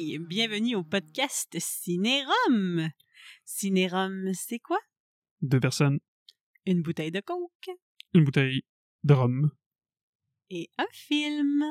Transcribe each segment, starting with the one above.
Hey, bienvenue au podcast Cinérum. Cinérum, c'est quoi? 2 personnes, Une bouteille de coke une bouteille de rhum. et un film.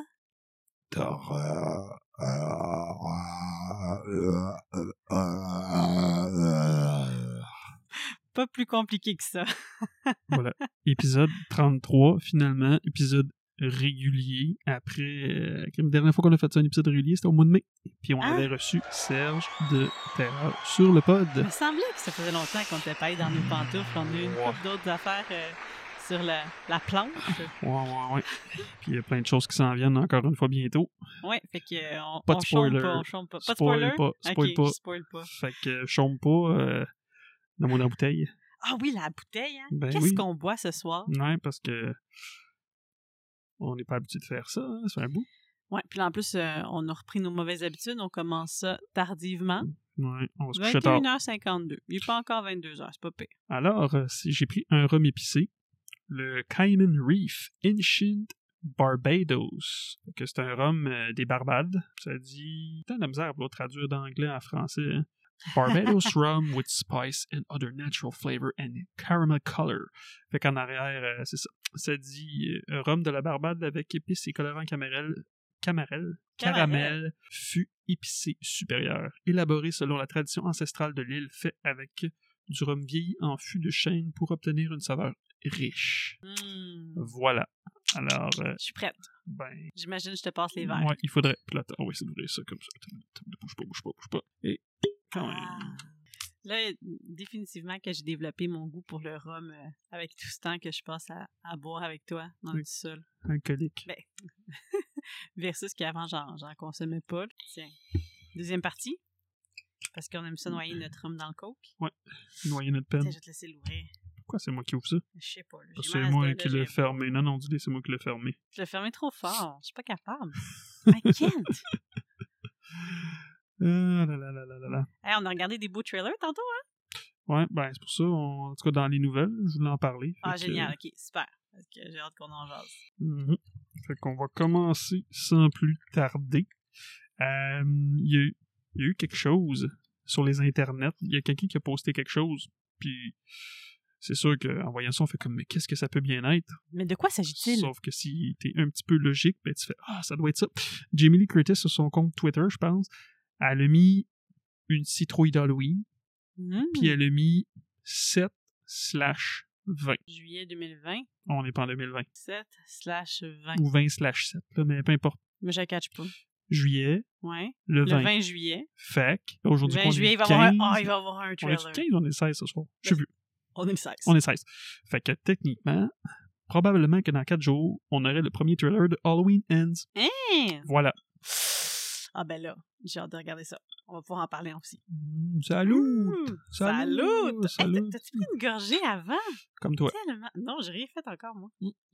Pas plus compliqué que ça. Voilà. Épisode 33, finalement. Épisode régulier. Après, la dernière fois qu'on a fait ça, un épisode régulier, c'était au mois de mai. Puis on avait reçu Serge de Terreur sur le pod. Il me semblait que ça faisait longtemps qu'on était pas dans nos pantoufles. On a eu une couple d'autres affaires sur la planche. Ouais. Puis il y a plein de choses qui s'en viennent encore une fois bientôt. Ouais, fait que Pas on de chôme spoiler. pas, on chôme pas. Pas de spoiler? Spoil Ok, pas. je spoil pas. Fait que chôme pas dans mon bouteille. Ah oui, la bouteille, hein? Ben Qu'est-ce oui. qu'on boit ce soir? Ouais, parce que on n'est pas habitué de faire ça, hein, ça fait un bout. Ouais, puis là, en plus, on a repris nos mauvaises habitudes. On commence ça tardivement. Ouais, on va se coucher tard. 21h52. Il n'est pas encore 22h, c'est pas pire. Alors, j'ai pris un rhum épicé, le Cayman Reef Ancient Barbados. Que c'est un rhum des Barbades. Ça dit... T'as de la misère pour le traduire d'anglais en français. Hein? Barbados rum with spice and other natural flavor and caramel color. Fait qu'en arrière, c'est ça. Ça dit rhum de la Barbade avec épices et colorants caramel fût épicé supérieur. Élaboré selon la tradition ancestrale de l'île, fait avec du rhum vieilli en fût de chêne pour obtenir une saveur riche. Voilà. Alors... Je suis prête. Ben... J'imagine que je te passe les verres. Ouais, il faudrait... Oui, ça devrait être ça comme ça. Bouge pas. Et... Là, définitivement que j'ai développé mon goût pour le rhum avec tout ce temps que je passe à boire avec toi dans le sol. Alcoolique. Ben, versus qu'avant, j'en consommais pas. Tiens. Deuxième partie. Parce qu'on aime ça noyer notre rhum dans le coke. Ouais. Noyer notre peine. Tiens, je vais te laisser l'ouvrir. Pourquoi c'est moi qui ouvre ça? Je sais pas. Là, C'est moi qui l'ai fermé. Non, dis-le, c'est moi qui l'ai fermé. Je l'ai fermé trop fort. Je suis pas capable. I can't. Là. Hey, on a regardé des beaux trailers tantôt, hein? Ouais, ben c'est pour ça, en tout cas dans les nouvelles, je voulais en parler. Ah, génial, ok, super. Parce que j'ai hâte qu'on en jase. Fait qu'on va commencer sans plus tarder. Il y a eu quelque chose sur les internets. Il y a quelqu'un qui a posté quelque chose, puis c'est sûr qu'en voyant ça, on fait comme, mais qu'est-ce que ça peut bien être? Mais de quoi s'agit-il? Sauf que si t'es un petit peu logique, ben tu fais, ça doit être ça. Jamie Lee Curtis, sur son compte Twitter, je pense, elle a mis une citrouille d'Halloween, puis elle a mis 7/20. Juillet 2020. On n'est pas en 2020. 7/20. Ou 20/7, là, mais peu importe. Mais je ne catch pas. Juillet. Ouais. Le 20 juillet. Fait que, aujourd'hui, 20 juillet, il va y avoir un trailer. On est 15 ou on est 16 ce soir? Je sais plus. On est le 16. On est 16. Fait que, techniquement, probablement que dans 4 jours, on aurait le premier trailer de Halloween Ends. Hein? Voilà. Ah ben là, j'ai hâte de regarder ça. On va pouvoir en parler aussi. Salut! Hey, t'as-tu pris une gorgée avant? Comme toi. Tellement. Non, j'ai rien fait encore, moi.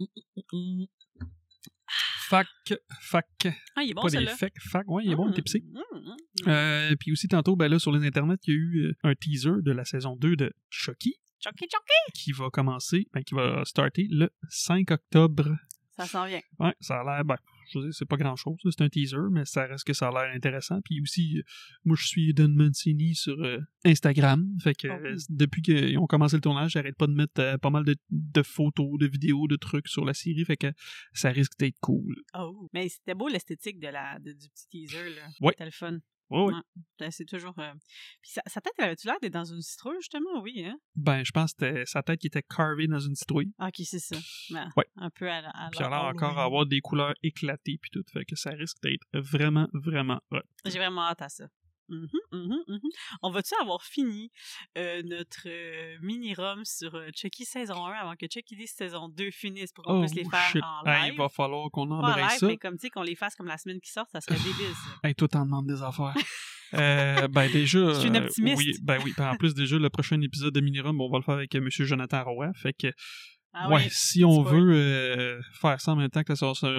Fac. Ah, il est bon, pas celui-là. des fac, ouais, il est bon, il est épicé. Puis aussi, tantôt, ben là, sur les internets, il y a eu un teaser de la saison 2 de Chucky. Chucky! Qui va commencer, qui va starter le 5 octobre. Ça s'en vient. Ouais, ça a l'air, je veux dire, c'est pas grand-chose, c'est un teaser, mais ça reste que ça a l'air intéressant. Puis aussi, moi, je suis Don Mancini sur Instagram, fait que depuis qu'ils ont commencé le tournage, j'arrête pas de mettre pas mal de photos, de vidéos, de trucs sur la série, fait que ça risque d'être cool. Oh, mais c'était beau l'esthétique du petit teaser, là. Ouais. C'était le fun. Ouais. C'est toujours... Puis sa tête, avait-tu l'air d'être dans une citrouille, justement? Oui, hein? Ben, je pense que c'était sa tête qui était carvée dans une citrouille. Ah, ok, c'est ça. Ben, ouais. Un peu à puis elle a l'air encore à avoir des couleurs éclatées puis tout, fait que ça risque d'être vraiment, vraiment hot. J'ai vraiment hâte à ça. On va-tu avoir fini notre mini-rom sur Chucky saison 1 avant que Chucky D saison 2 finisse pour qu'on puisse les faire en live? Il va falloir qu'on pas embrasse en live, ça. Mais comme tu sais, qu'on les fasse comme la semaine qui sort, ça serait débile, ça. Toi, t'en demandes des affaires. Déjà... Je suis une optimiste. Oui. En plus, déjà, le prochain épisode de Mini-Rom, on va le faire avec M. Jonathan Roy. Fait que Ah ouais, oui, si on spoil. veut faire ça en même temps que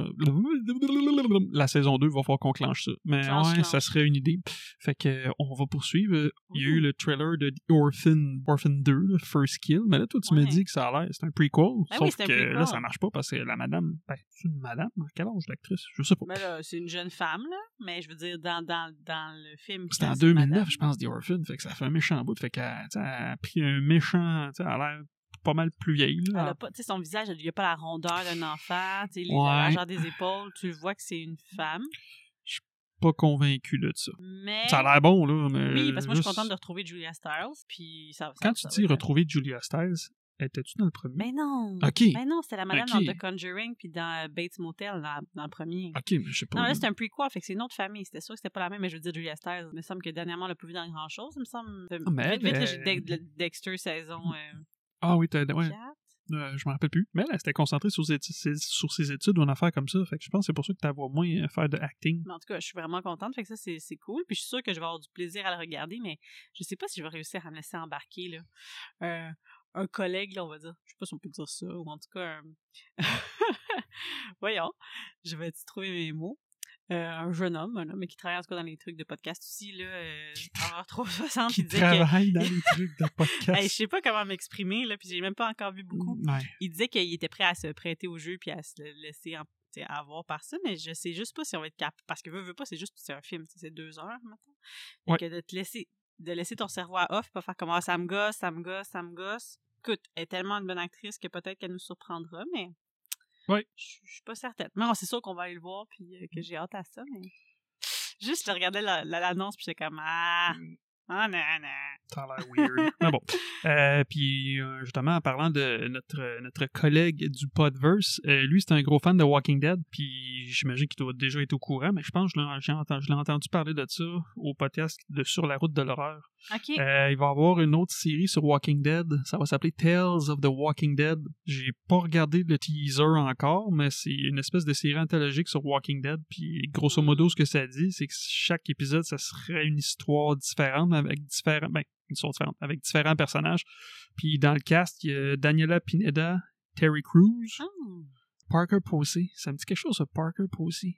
la saison 2, il va falloir qu'on clenche ça. Mais Clenche. ça serait une idée. Fait que on va poursuivre. Il y a eu Ouh. le trailer de The Orphan 2, là, First Kill. Mais là, toi, tu me Ouais. dis que ça a l'air, c'est un prequel. Ben Sauf oui, c'est un que prequel. là, ça marche pas parce que la madame, c'est une madame? À quel âge l'actrice? Je sais pas. Ben là, c'est une jeune femme, là. Mais je veux dire, dans le film. C'était en c'est une 2009, madame. je pense, The Orphan. Fait que ça fait un méchant bout. Fait qu'elle elle a pris un méchant, elle a l'air pas mal plus vieille. Là. Elle a pas, tu sais, son visage, il n'y a pas la rondeur d'un enfant, tu sais, Ouais. la largeur des épaules, tu le vois que c'est une femme. Pas convaincu là, de ça. Mais... Ça a l'air bon, là. Mais Oui, parce que moi, je suis juste- contente de retrouver Julia Stiles, puis ça Quand tu ça dis va être- retrouver Julia Stiles, étais-tu dans le premier? Mais non! Ok. Mais non, c'était la madame Ok. dans The Conjuring, puis dans Bates Motel, dans le premier. Ok, mais je sais pas. Non, là, c'est un prequel, fait que c'est une autre famille. C'était sûr que c'était pas la même, mais je veux dire, Julia Stiles. Il me semble que dernièrement, on l'a pas vu dans grand-chose, il me semble. mais Vite, là, elle- j'ai Dexter saison Ah oui, ouais. 4. Je me rappelle plus. Mais elle s'était concentrée sur ses études ou une affaire comme ça. Fait que je pense que c'est pour ça que tu la vois moins faire de acting. Mais en tout cas, je suis vraiment contente. Fait que ça, c'est cool. Puis je suis sûre que je vais avoir du plaisir à le regarder, mais je sais pas si je vais réussir à me laisser embarquer, là. Un collègue, là, on va dire. Je sais pas si on peut dire ça, ou en tout cas, voyons, je vais trouver mes mots. Un jeune homme, un homme qui travaille en tout cas dans les trucs de podcast aussi, là, Horreur 360, Qui il disait travaille dans les trucs de podcast. Hey, je sais pas comment m'exprimer, là, puis j'ai même pas encore vu beaucoup. Ouais. Il disait qu'il était prêt à se prêter au jeu puis à se laisser avoir par ça, mais je sais juste pas si on va être capable. Parce que veux pas, c'est un film, c'est 2 heures maintenant. Ouais. Que de laisser ton cerveau à off, pas faire comme ça me gosse, ça me gosse, ça me gosse. Écoute, elle est tellement une bonne actrice que peut-être qu'elle nous surprendra, mais ouais. je suis pas certaine. Mais c'est sûr qu'on va aller le voir puis que j'ai hâte à ça, mais juste je regardais l'annonce puis j'étais comme non. Ça a l'air weird. Mais bon. Puis, justement, en parlant de notre collègue du Podverse, lui, c'est un gros fan de Walking Dead, puis j'imagine qu'il doit déjà être au courant, mais je pense que je l'ai entendu parler de ça au podcast de Sur la route de l'horreur. OK. Il va y avoir une autre série sur Walking Dead. Ça va s'appeler Tales of the Walking Dead. J'ai pas regardé le teaser encore, mais c'est une espèce de série anthologique sur Walking Dead. Puis grosso modo, ce que ça dit, c'est que chaque épisode, ça serait une histoire différente avec avec différents personnages. Puis dans le cast, il y a Daniela Pineda, Terry Crews, Parker Posey. Ça me dit quelque chose, ça, Parker Posey.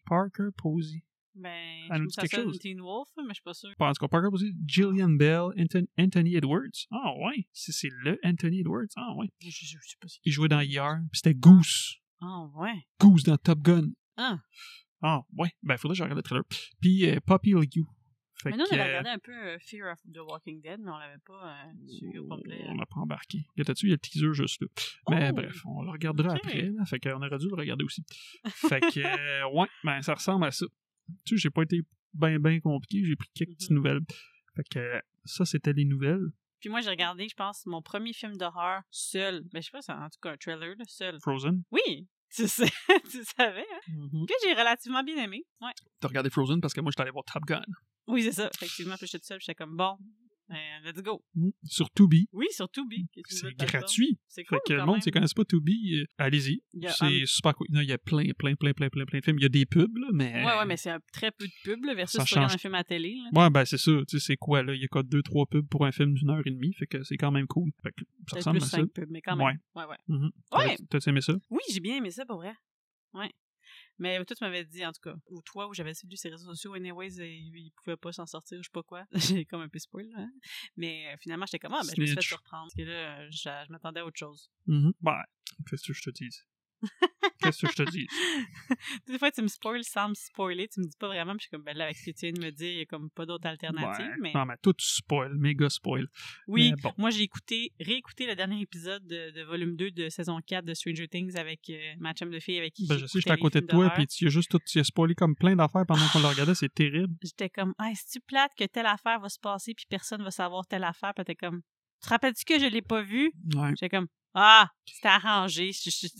Ben, Ça je nous trouve dit ça quelque sonne chose. Teen Wolf, mais je suis pas sûre. En tout cas, Parker Posey, Gillian Bell, Anthony Edwards. Ah ouais, c'est le Anthony Edwards. Ah ouais. Je sais pas si... Il jouait dans ER, puis c'était Goose. Ah, ouais. Goose dans Top Gun. Ah. Ah ouais, ben faudrait que je regarde le trailer. Puis Poppy Liu. Mais nous, on avait regardé un peu Fear of the Walking Dead, mais on l'avait pas suivi au complet. On l'a pas embarqué. Là-dessus, il y a le teaser juste là. Mais Oh! bref, on le regardera Ok. après. Là, fait qu'on aurait dû le regarder aussi. Fait que, ouais, ben ça ressemble à ça. Tu sais, j'ai pas été bien compliqué. J'ai pris quelques petites nouvelles. Fait que ça, c'était les nouvelles. Puis moi, j'ai regardé, je pense, mon premier film d'horreur seul. Ben, je sais pas, c'est en tout cas un trailer, là, seul. Frozen. Oui! Tu sais, tu savais, hein? Que j'ai relativement bien aimé. Ouais. T'as regardé Frozen parce que moi, j'étais allé voir Top Gun. Oui, c'est ça. Effectivement, puis j'étais toute seule, j'étais comme, bon, let's go. Sur Tubi. Oui, sur Tubi. C'est gratuit. C'est cool, Fait que le quand monde même. qui ne connaissent pas Tubi, allez-y. Il y a C'est super cool. Non, il y a plein de films. Il y a des pubs, là, mais... Ouais, mais c'est très peu de pubs, là, versus ça si tu regardes change. un film à la télé. Là. Ouais, ben c'est ça. Tu sais, c'est quoi, là? Il y a quoi, 2-3 pubs pour un film d'1h30, fait que c'est quand même cool. Fait que ça Peut-être ressemble plus à ça. 5 pubs, mais quand même. Ouais. Mhm. Ouais. T'as aimé ça? Oui, j'ai bien aimé ça, pour vrai. Ouais. Mais toi, tu m'avais dit, en tout cas, ou toi, où j'avais suivi ses réseaux sociaux, anyways, ils pouvaient pas s'en sortir, je sais pas quoi. J'ai comme un peu spoil, là. Hein? Mais finalement, j'étais comme, je me suis fait Snitch. surprendre. Parce que là, je m'attendais à autre chose. Mhm. Ben, qu'est-ce que je te dis? Qu'est-ce que je te dis? Des fois, tu me spoil sans me spoiler, tu me dis pas vraiment, puis je suis comme, là, avec ce que tu viens de me dire, il y a comme pas d'autre alternative, Ouais. mais... Non, mais tout spoil, méga spoil. Oui, mais bon. moi, j'ai réécouté le dernier épisode de volume 2 de saison 4 de Stranger Things avec ma chum de fille avec qui Ben, je sais, j'écoutais j'étais à les côté de films toi, d'horreur. puis tu as juste tu as spoilé comme plein d'affaires pendant qu'on le regardait, c'est terrible. J'étais comme, est-ce-tu plate que telle affaire va se passer puis personne va savoir telle affaire? Puis t'es comme, tu te rappelles-tu que je l'ai pas vu? Ouais. J'étais comme, c'était arrangé.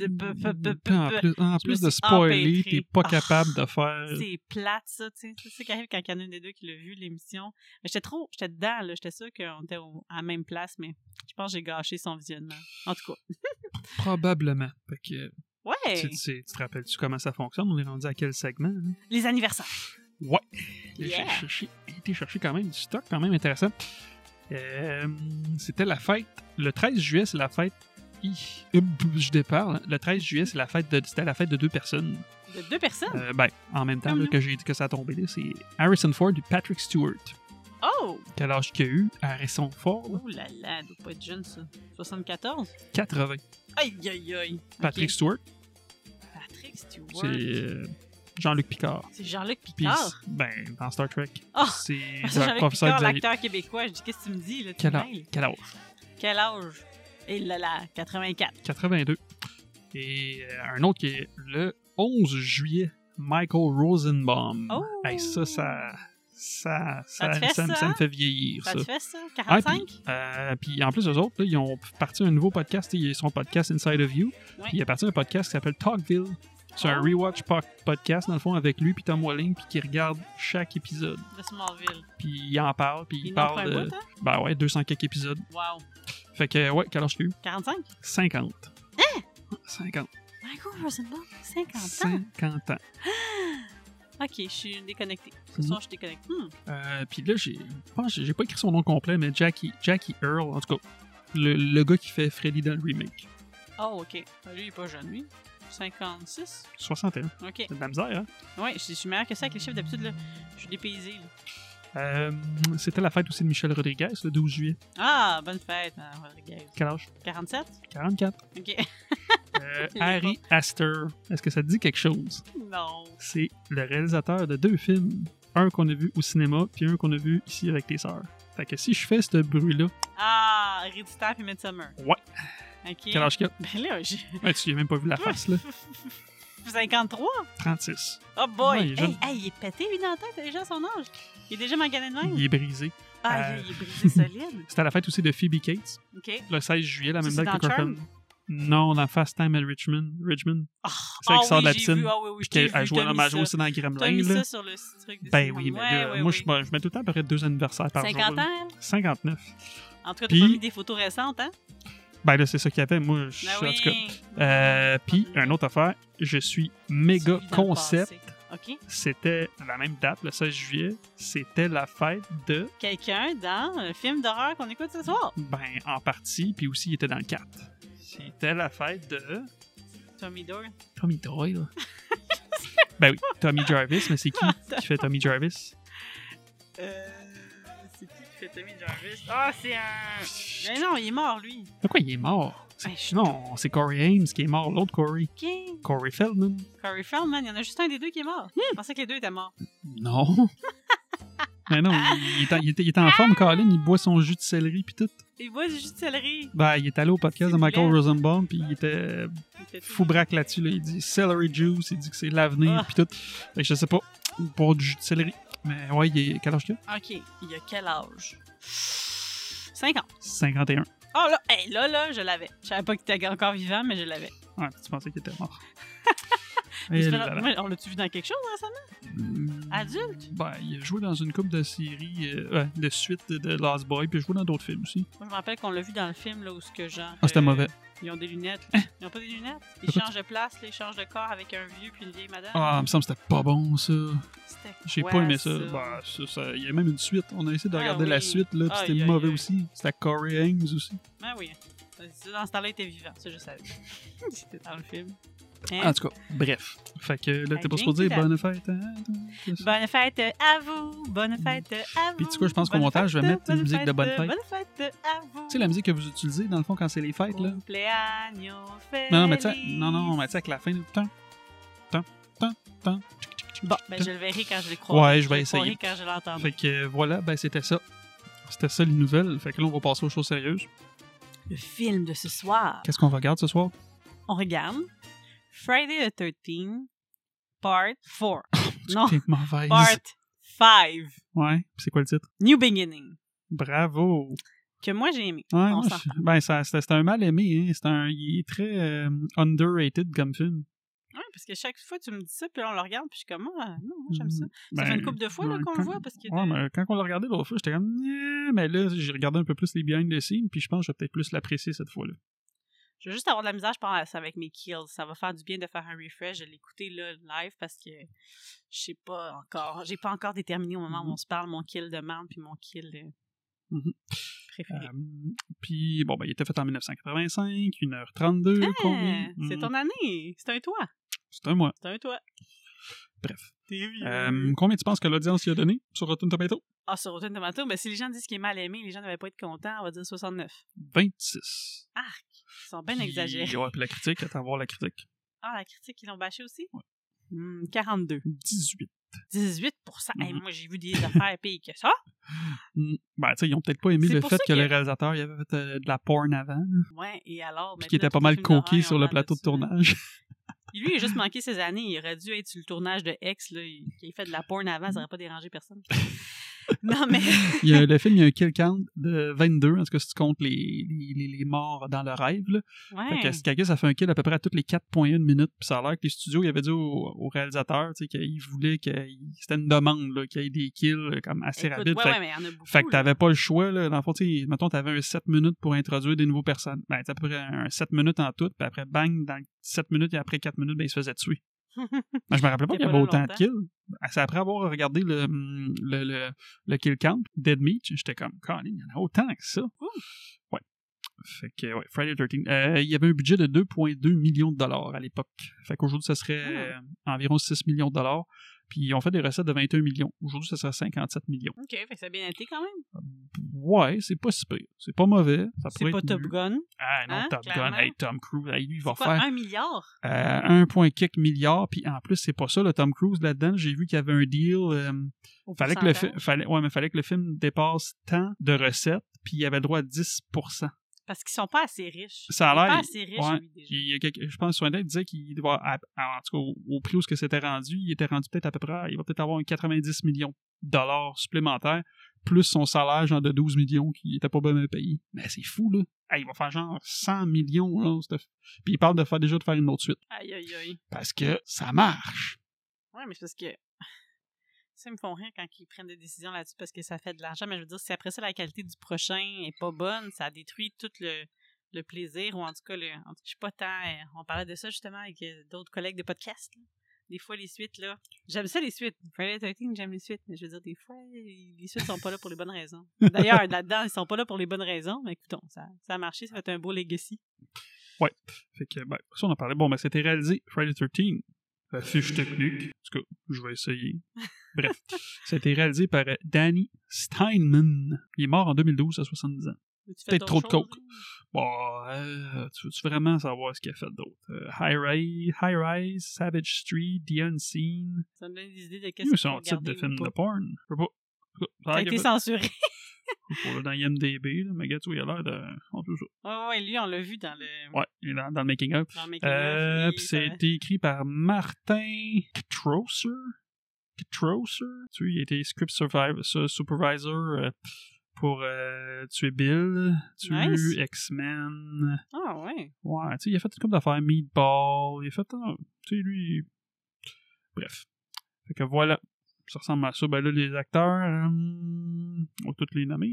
En plus de spoiler, t'es pas capable de faire... C'est plate, ça, tu sais. C'est ça qui arrive quand il y en a un des deux qui l'a vu, l'émission. Mais j'étais dedans, là. J'étais sûre qu'on était à la même place, mais je pense que j'ai gâché son visionnement. En tout cas. Probablement. Fait que... Ouais! Tu te rappelles-tu comment ça fonctionne? On est rendu à quel segment? Hein? Les anniversaires. Ouais. Yeah. J'ai été chercher quand même du stock quand même intéressant. C'était la fête. Le 13 juillet, c'est la fête Je déparle. Le 13 juillet, c'était la fête de 2 personnes. De 2 personnes? En même temps là, que j'ai dit que ça a tombé, là, c'est Harrison Ford et Patrick Stewart. Oh! Quel âge qu'il a eu, Harrison Ford? Oh là là, doit pas être jeune, ça. 74? 80. Aïe, aïe, aïe. Patrick Stewart, Patrick Stewart. c'est Jean-Luc Picard. C'est Jean-Luc Puis, Picard? dans Star Trek, Oh! c'est C'est le Jean-Luc professeur Picard, Xavier. l'acteur québécois. Je dis, qu'est-ce que tu me dis, là? Tu Quel me âge? mêles. Quel âge? Quel âge? Et là, 84. 82. Et un autre qui est le 11 juillet, Michael Rosenbaum. Oh! Hey, ça te fait ça? me fait vieillir, Ça ça. te fait ça? 45? Puis en plus, eux autres, là, ils ont parti un nouveau podcast. Ils sont podcast Inside of You. Oui. Puis il est parti un podcast qui s'appelle Talkville. C'est un rewatch podcast, dans le fond, avec lui puis Tom Welling, puis qui regarde chaque épisode. De Smallville. Puis il en parle, puis il parle un de... bout, hein? Ben ouais, 200 quelques épisodes. Wow. Fait que, ouais, quel âge tu as eu? 45? 50. Hein? 50. Michael Rosenbaum, 50 ans. 50 ans. Ok, je suis déconnecté. Ce soir, je suis déconnecté. Puis là, j'ai pas écrit son nom complet, mais Jackie Earl, en tout cas, le gars qui fait Freddy dans le remake. Oh, ok. Lui, il est pas jeune, lui. 56? 61. Ok. C'est de la misère, hein? Ouais, je suis meilleur que ça avec les chiffres d'habitude, là. Je suis dépaysé, là. C'était la fête aussi de Michel Rodriguez, le 12 juillet. Ah, bonne fête, Rodriguez. Quel âge? 47? 44. Ok. Harry Astor. Est-ce que ça te dit quelque chose? Non. C'est le réalisateur de 2 films. Un qu'on a vu au cinéma, puis un qu'on a vu ici avec tes sœurs. Fait que si je fais ce bruit-là... Ah, Héréditaire puis Midsummer. Ouais. Ok. Quel âge qu'il a? Ben là, j'ai... Ouais, tu lui as même pas vu la face, là. 53? 36. Oh boy! Ouais, il est jeune. Il est pété, lui, dans la tête, déjà à son âge. Il est déjà magané de même. Il est brisé. Ah, il est brisé solide. C'était la fête aussi de Phoebe Cates, OK. le 16 juillet, la Ça, même c'est date que dans Charmed? Kirkland. Non, dans Fast Time at Richmond. Ah, C'est elle qui sort de la j'ai piscine. vu. Ah oui, Puis j'ai elle vu, jouait t'as mis ça. aussi dans Gremlin. T'as mis là. ça sur le truc de Ben cinéma. oui, mais Ouais, là, ouais, moi, ouais. je mets tout le temps à peu près 2 anniversaires par 50 jour. là. ans? 59. En tout cas, t'as Puis- pas mis des photos récentes, hein? Ben là, c'est ça qu'il y avait. Moi, Ben en tout cas. oui. Puis, une autre affaire, je suis méga Celui dans le concept. passé. OK. C'était la même date, le 16 juillet. C'était la fête de... Quelqu'un dans un film d'horreur qu'on écoute ce soir. Ben, en partie, puis aussi, il était dans le 4. C'était la fête de... Tommy Doyle. Tommy Doyle. Ben oui, Tommy Jarvis, mais c'est qui fait Tommy Jarvis? C'est qui fait Tommy Jarvis? Ah, c'est un... Mais non, il est mort, lui. Pourquoi il est mort? Ben, je- Non, c'est Corey Haim qui est mort, l'autre Corey. OK. Corey Feldman. Corey Feldman, il y en a juste un des deux qui est mort. Je pensais que les deux étaient morts. Non. Mais non, il était en forme, Colin, il boit son jus de céleri puis tout. Il boit du jus de céleri. Ben, il est allé au podcast de C'est Michael vrai. Rosenbaum puis il était Il était tout- fou braque là-dessus. Là. Il dit celery juice, il dit que c'est l'avenir Ah. puis tout. Fait que je sais pas, boire du jus de céleri. Mais ouais, il est... quel âge qu'il a? OK. Il a quel âge? 50. 51. Oh là, hey, là, je l'avais. Je savais pas qu'il était encore vivant, mais je l'avais. Ouais, tu pensais qu'il était mort. Mais Et ça fait- là là. Moi, on l'a-tu vu dans quelque chose récemment? Adulte? Ben, il a joué dans une couple de séries, de suite de Lost Boy, puis il a joué dans d'autres films aussi. Moi, je me rappelle qu'on l'a vu dans le film là, où ce que genre. Ah, c'était mauvais. Ils ont des lunettes. Ils ont pas des lunettes? Ils Écoute. changent de place, là, ils changent de corps avec un vieux puis une vieille madame. Ah, il me semble que c'était pas bon, ça. C'était J'ai quoi, pas aimé ça. Ben, il y a même une suite. On a essayé de Ah regarder la oui. suite, là, puis Aïe, c'était aïe, mauvais aïe. aussi. C'était Corey Haim aussi. Ah oui. Dans ce temps-là, il était vivant. Ça, je savais. C'était dans le film. Hein? En tout cas, bref. Fait que là, t'es pas Jinx supposé dire it up. bonne fête, hein? Bonne fête à vous! Bonne fête à vous! Puis tu sais quoi, je pense qu'au Bonne montage, je vais fête, mettre une musique de bonne fête. Bonne fête à vous! Tu sais, la musique que vous utilisez, dans le fond, quand c'est les fêtes, là? Cumpleaños Non, mais tu sais, feliz. non, mais tu sais, avec la fin, tant. Bon, ben je le verrai quand je le crois. Ouais, je vais essayer. quand je l'entends. Fait que voilà, ben c'était ça. C'était ça les nouvelles. Fait que là, on va passer aux choses sérieuses. Le film de ce soir. Qu'est-ce qu'on regarde ce soir? On regarde Friday the 13th, Part 4. Non, T'es mauvaise. Part 5. Ouais. Puis c'est quoi le titre? New Beginning. Bravo. Que moi, j'ai aimé. Ouais, On moi, s'entend. ben, c'était un mal aimé. Hein. Il est très underrated comme film. Ouais, parce que chaque fois, tu me dis ça, puis là, on le regarde, puis je suis comme, ah, non, moi, j'aime ça. Ça Ben, fait une couple de fois là, ouais, qu'on quand- le voit, parce que... Ouais, mais quand on l'a regardé l'autre fois, j'étais comme, Nyeh mais là, j'ai regardé un peu plus les behind the scenes, puis je pense que je vais peut-être plus l'apprécier cette fois-là. Je vais juste avoir de la misère, je pense, avec mes kills. Ça va faire du bien de faire un refresh, de l'écouter là, live, parce que je sais pas encore. J'ai pas encore déterminé au moment où on se parle mon kill de marde puis mon kill Préféré. Puis, bon, ben, il était fait en 1985, 1h32, combien? C'est ton année. C'est un toit. C'est un mois. C'est un toit. Bref. T'es vieux. Combien tu penses que l'audience y a donné sur Rotten Tomato? Ah, sur Rotten Tomato, ben, si les gens disent qu'il est mal aimé, les gens ne devaient pas être contents, on va dire 69. 26. Arc! Ils sont bien Puis, exagérés. Ouais, puis la critique, attends voir la critique. Ah, la critique, ils l'ont bâché aussi? Ouais. 42. 18. 18%. Hey, moi, j'ai vu des affaires pires que ça. Ben, tu sais, ils ont peut-être pas aimé C'est le pour fait ça que que- le réalisateur il avait fait de la porn avant, là, Ouais, et alors... puis qu'il était pas mal coqué sur le plateau de tournage. Lui, il a juste manqué ses années. Il aurait dû être sur le tournage de X, là. Il a fait de la porn avant, ça n'aurait pas dérangé personne. Non, mais... Le film, il y a un kill count de 22, en tout cas, si tu comptes les morts dans le rêve, là. Ouais. Fait que ce qu'il ça fait un kill à peu près à toutes les 4,1 minutes. Puis ça a l'air que les studios, ils avaient dit au réalisateur, tu sais, qu'ils voulaient c'était une demande, là, qu'il y ait des kills comme assez Écoute, rapides. ouais, mais il y en a beaucoup. Fait que t'avais là. pas le choix, là. Dans le fond, tu sais, mettons, t'avais un 7 minutes pour introduire des nouveaux personnes. Ben, t'as à peu près un 7 minutes en tout, puis après, bang, dans 7 minutes et après 4 minutes, ben, il se faisait tuer. Je me rappelais pas qu'il y avait autant de kills. C'est après avoir regardé le kill count, Dead Meat, j'étais comme, Colin, il y en a autant que ça. Ouais. Fait que, ouais, Friday the 13th. Il y avait un budget de 2,2 millions de dollars à l'époque. Fait qu'aujourd'hui, ça serait environ 6 millions de dollars. Puis ils ont fait des recettes de 21 millions. Aujourd'hui, ça serait 57 millions. OK, fait que ça a bien été quand même. Ouais, c'est pas si pire. C'est pas mauvais. Ça C'est pourrait pas être Top mieux. Gun. Ah non, Hein, Top Gun. clairement. Hey, Tom Cruise. Hey, lui, il va C'est quoi, faire 1 milliard? 1,4 milliard. Puis en plus, c'est pas ça, le Tom Cruise là-dedans. J'ai vu qu'il y avait un deal. Au Fallait que, pourcentage. fallait que le film dépasse tant de recettes. Puis il avait le droit à 10%. Parce qu'ils sont pas assez riches. Ça a Il est l'air. pas assez riche, Ouais, lui, déjà. il y a je pense que sur Internet, il disait qu'il devait avoir, en tout cas, au prix où ce que c'était rendu, il était rendu peut-être à peu près, il va peut-être avoir un 90 millions de dollars supplémentaires, plus son salaire, genre de 12 millions, qui était pas bien payé. Mais c'est fou, là. Hey, il va faire genre 100 millions, là. Puis il parle de faire une autre suite. Aïe, aïe, aïe. Parce que ça marche. Ouais, mais c'est parce que... Ça, ils me font rire quand ils prennent des décisions là-dessus parce que ça fait de l'argent. Mais je veux dire, si après ça, la qualité du prochain est pas bonne, ça détruit tout le plaisir, ou en tout cas, je suis pas tant... on parlait de ça, justement, avec d'autres collègues de podcast, là. Des fois, les suites, là... J'aime ça, les suites. Friday the 13th, j'aime les suites. Mais je veux dire, des fois, les suites sont pas là pour les bonnes raisons. D'ailleurs, là-dedans, ils sont pas là pour les bonnes raisons. Mais écoutons, ça a marché, ça fait un beau legacy. Ouais. Fait que, ben, ça, on en parlait. Bon, ben, c'était réalisé Friday the 13th. La fiche technique. En tout cas, je vais essayer. Bref. Ça a été réalisé par Danny Steinman. Il est mort en 2012 à 70 ans. Peut-être trop de coke. Bon, tu veux vraiment savoir ce qu'il a fait d'autre? High Rise, Savage Street, The Unseen. Ça me donne des idées de qu'est-ce C'est qu'il son faut titre regarder de film ou de pas. porn. Je sais pas. Ça a été censuré. Pour dans IMDb, là, mais gars, tu vois, il a l'air de... On sait ça. Ouais, lui, on l'a vu dans le... Ouais, il est dans le making-of. Dans le making-of. Puis ça a été écrit par Martin Kitrosser. Tu vois, il a été script supervisor pour tuer Bill, tuer Nice. X-Men. Ah, ouais. Ouais, tu sais, il a fait une couple d'affaires, Meatball, il a fait... tu sais, lui... Bref. Fait que voilà. Ça ressemble à ça. Ben là, les acteurs, on va tous les nommer.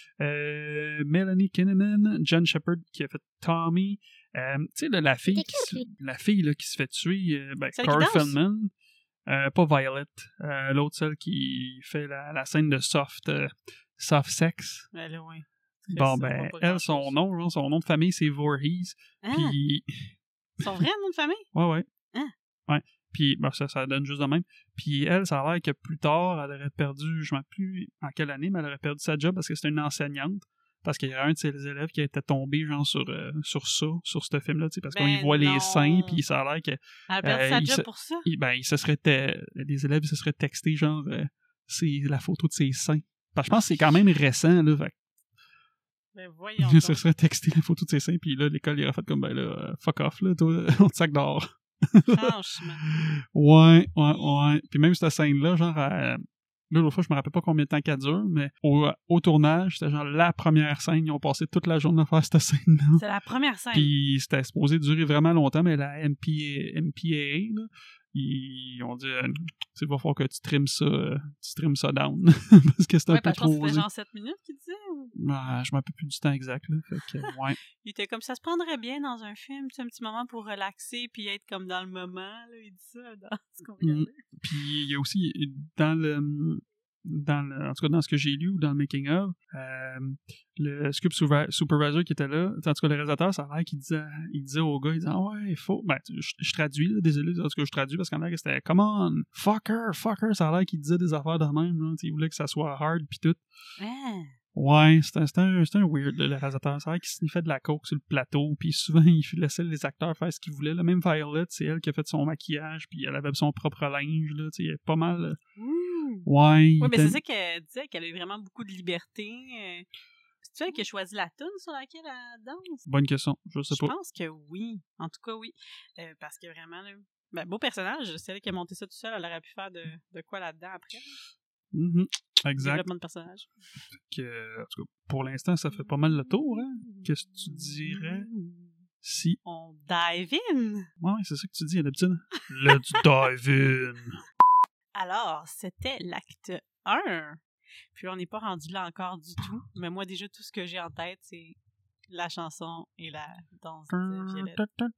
Melanie Kinnaman, John Shepard qui a fait Tommy. Tu sais, là, la fille là, qui se fait tuer, Corey Feldman. Pas Violet. L'autre, celle qui fait la scène de soft sex. Elle, ouais. Bon, ben, elle, son nom de famille, c'est Voorhees. Ah, Puis... son vrai nom de famille? Ouais. Ah. Ouais. Puis, ben, ça donne juste de même. Puis elle, ça a l'air que plus tard, elle aurait perdu, je ne sais plus en quelle année, mais elle aurait perdu sa job parce que c'était une enseignante. Parce qu'il y a un de ses élèves qui était tombé, genre, sur ce film-là, tu sais, parce qu'on y voit les seins, puis ça a l'air que... Elle a perdu sa job pour ça? Les élèves se seraient textés, genre, c'est la photo de ses seins. Parce que je pense que c'est quand même récent, là, fait. Ben voyons Ils se seraient texté la photo de ses seins, puis là, l'école, il aurait fait comme, ben là, fuck off, là, toi, on te sac d'or. Franchement. Ouais. Puis même cette scène-là, genre, là, l'autre fois, je me rappelle pas combien de temps qu'elle dure, mais au tournage, c'était genre la première scène. Ils ont passé toute la journée à faire cette scène-là. C'est la première scène. Puis c'était supposé durer vraiment longtemps, mais la MPAA, là, ils ont dit, il va falloir que tu trimes ça down. Parce que c'était un peu trop osé. C'était genre 7 minutes qu'il disait? Ou... Je me rappelle plus du temps exact, là. Fait que, ouais. Il était comme, ça se prendrait bien dans un film, tu sais, un petit moment pour relaxer puis être comme dans le moment, là. Il dit ça dans ce qu'on regardait. Puis il y a aussi, dans en tout cas dans ce que j'ai lu ou dans le making of, le script supervisor qui était là, en tout cas le réalisateur, ça a l'air qu'il disait au gars, il disait ouais, il faut, ben je traduis là, désolé, en tout cas je traduis parce qu'en l'air c'était come on, fucker, ça a l'air qu'il disait des affaires de même, là, il voulait que ça soit hard pis tout. Ouais, c'était un weird, là, le réalisateur. C'est vrai qu'il sniffait de la coke sur le plateau, puis souvent, il laissait les acteurs faire ce qu'ils voulaient. Là. Même Violet, c'est elle qui a fait son maquillage, puis elle avait son propre linge, là, tu sais, il y avait pas mal... Ouais. Oui, mais c'est ça qu'elle disait, qu'elle a eu vraiment beaucoup de liberté. C'est-tu elle qui a choisi la toune sur laquelle elle danse? Bonne question, je sais pas. Je pense que oui. En tout cas, oui. Parce que vraiment, là, ben, beau personnage, c'est elle qui a monté ça tout seul, elle aurait pu faire de quoi là-dedans après. Exact. Développement de personnage. En tout cas, pour l'instant, ça fait pas mal le tour, hein? Qu'est-ce que tu dirais si... On dive in! Ouais, c'est ça que tu dis d'habitude. Let's dive in! Alors, c'était l'acte 1. Puis là, on n'est pas rendu là encore du tout. Mais moi, déjà, tout ce que j'ai en tête, c'est la chanson et la danse de Violette.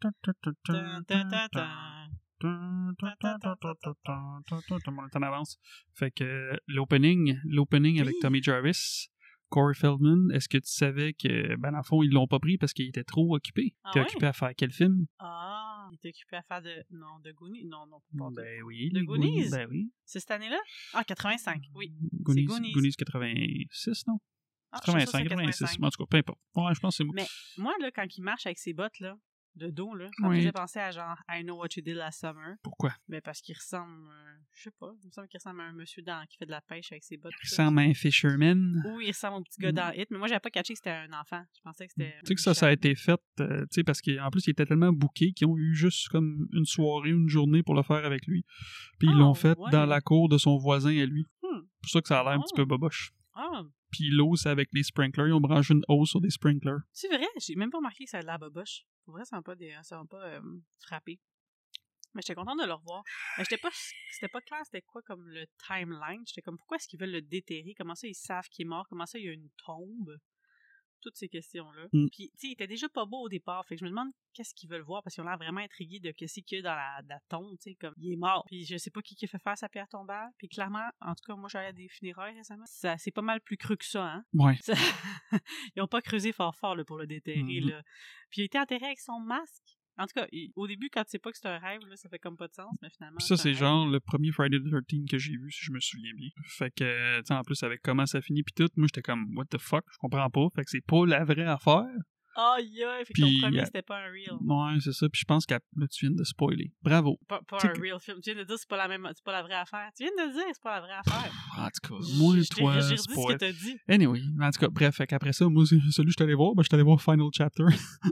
On est en avance. Fait que l'opening avec Tommy Jarvis, Corey Feldman, est-ce que tu savais que, ben, dans le fond, ils l'ont pas pris parce qu'il était trop occupé? Ah, il était occupé à faire quel film? Ah, il était occupé à faire de Goonies? Non, pas Ben oui. de Goonies? Ben oui. C'est cette année-là? Ah, 85, oui. Goonies 86, non? 85, 86, en tout cas, peu importe. Ouais, je pense que c'est moi. Mais moi, là, quand il marche avec ses bottes, là, de dos, là, ça me faisait penser à genre I Know What You Did Last Summer. Pourquoi? Ben parce qu'il ressemble, je sais pas, il me semble qu'il ressemble à un monsieur qui fait de la pêche avec ses bottes. Il ressemble à un fisherman. Ou il ressemble au petit gars dans Hit, mais moi j'avais pas catché que c'était un enfant. Je pensais que c'était. Tu sais que ça a été fait, tu sais, parce qu'en plus il était tellement booké qu'ils ont eu juste comme une soirée, une journée pour le faire avec lui. Puis ils l'ont fait dans la cour de son voisin à lui. C'est pour ça que ça a l'air un petit peu boboche. Puis l'eau, c'est avec les sprinklers. Ils ont branché une eau sur des sprinklers. C'est vrai? J'ai même pas remarqué que ça a de la boboche. Pour vrai, ça m'a pas frappé. Mais j'étais contente de le revoir. Mais c'était pas clair c'était quoi comme le timeline. J'étais comme, pourquoi est-ce qu'ils veulent le déterrer? Comment ça, ils savent qu'il est mort? Comment ça, il y a une tombe? Toutes ces questions-là. Puis, tu sais, il était déjà pas beau au départ. Fait que je me demande qu'est-ce qu'ils veulent voir parce qu'ils ont l'air vraiment intrigués de qu'est-ce qu'il y a dans la tombe, tu sais, comme il est mort. Puis je sais pas qui a fait faire sa pierre tombale. Puis clairement, en tout cas, moi, j'allais à des funérailles récemment. C'est pas mal plus cru que ça, hein? Ouais. Ils ont pas creusé fort là, pour le déterrer, là. Puis il a été enterré avec son masque. En tout cas, au début, quand tu sais pas que c'est un rêve, là, ça fait comme pas de sens, mais finalement... Puis ça, c'est genre le premier Friday the 13th que j'ai vu, si je me souviens bien. Fait que, tu sais, en plus, avec comment ça finit pis tout, moi, j'étais comme, what the fuck, je comprends pas. Fait que c'est pas la vraie affaire. Oh yeah! Fait que ton premier, c'était pas un real. Ouais, c'est ça. Puis je pense que là, tu viens de spoiler. Bravo. Pas un real film. Tu viens de dire que c'est pas la vraie affaire. Tu viens de dire que c'est pas la vraie affaire. En tout cas, moi, toi, j'ai redit ce que t'as dit. Anyway, en tout cas, bref, fait qu'après ça, moi, celui que je suis allé voir, je suis allé voir Final Chapter.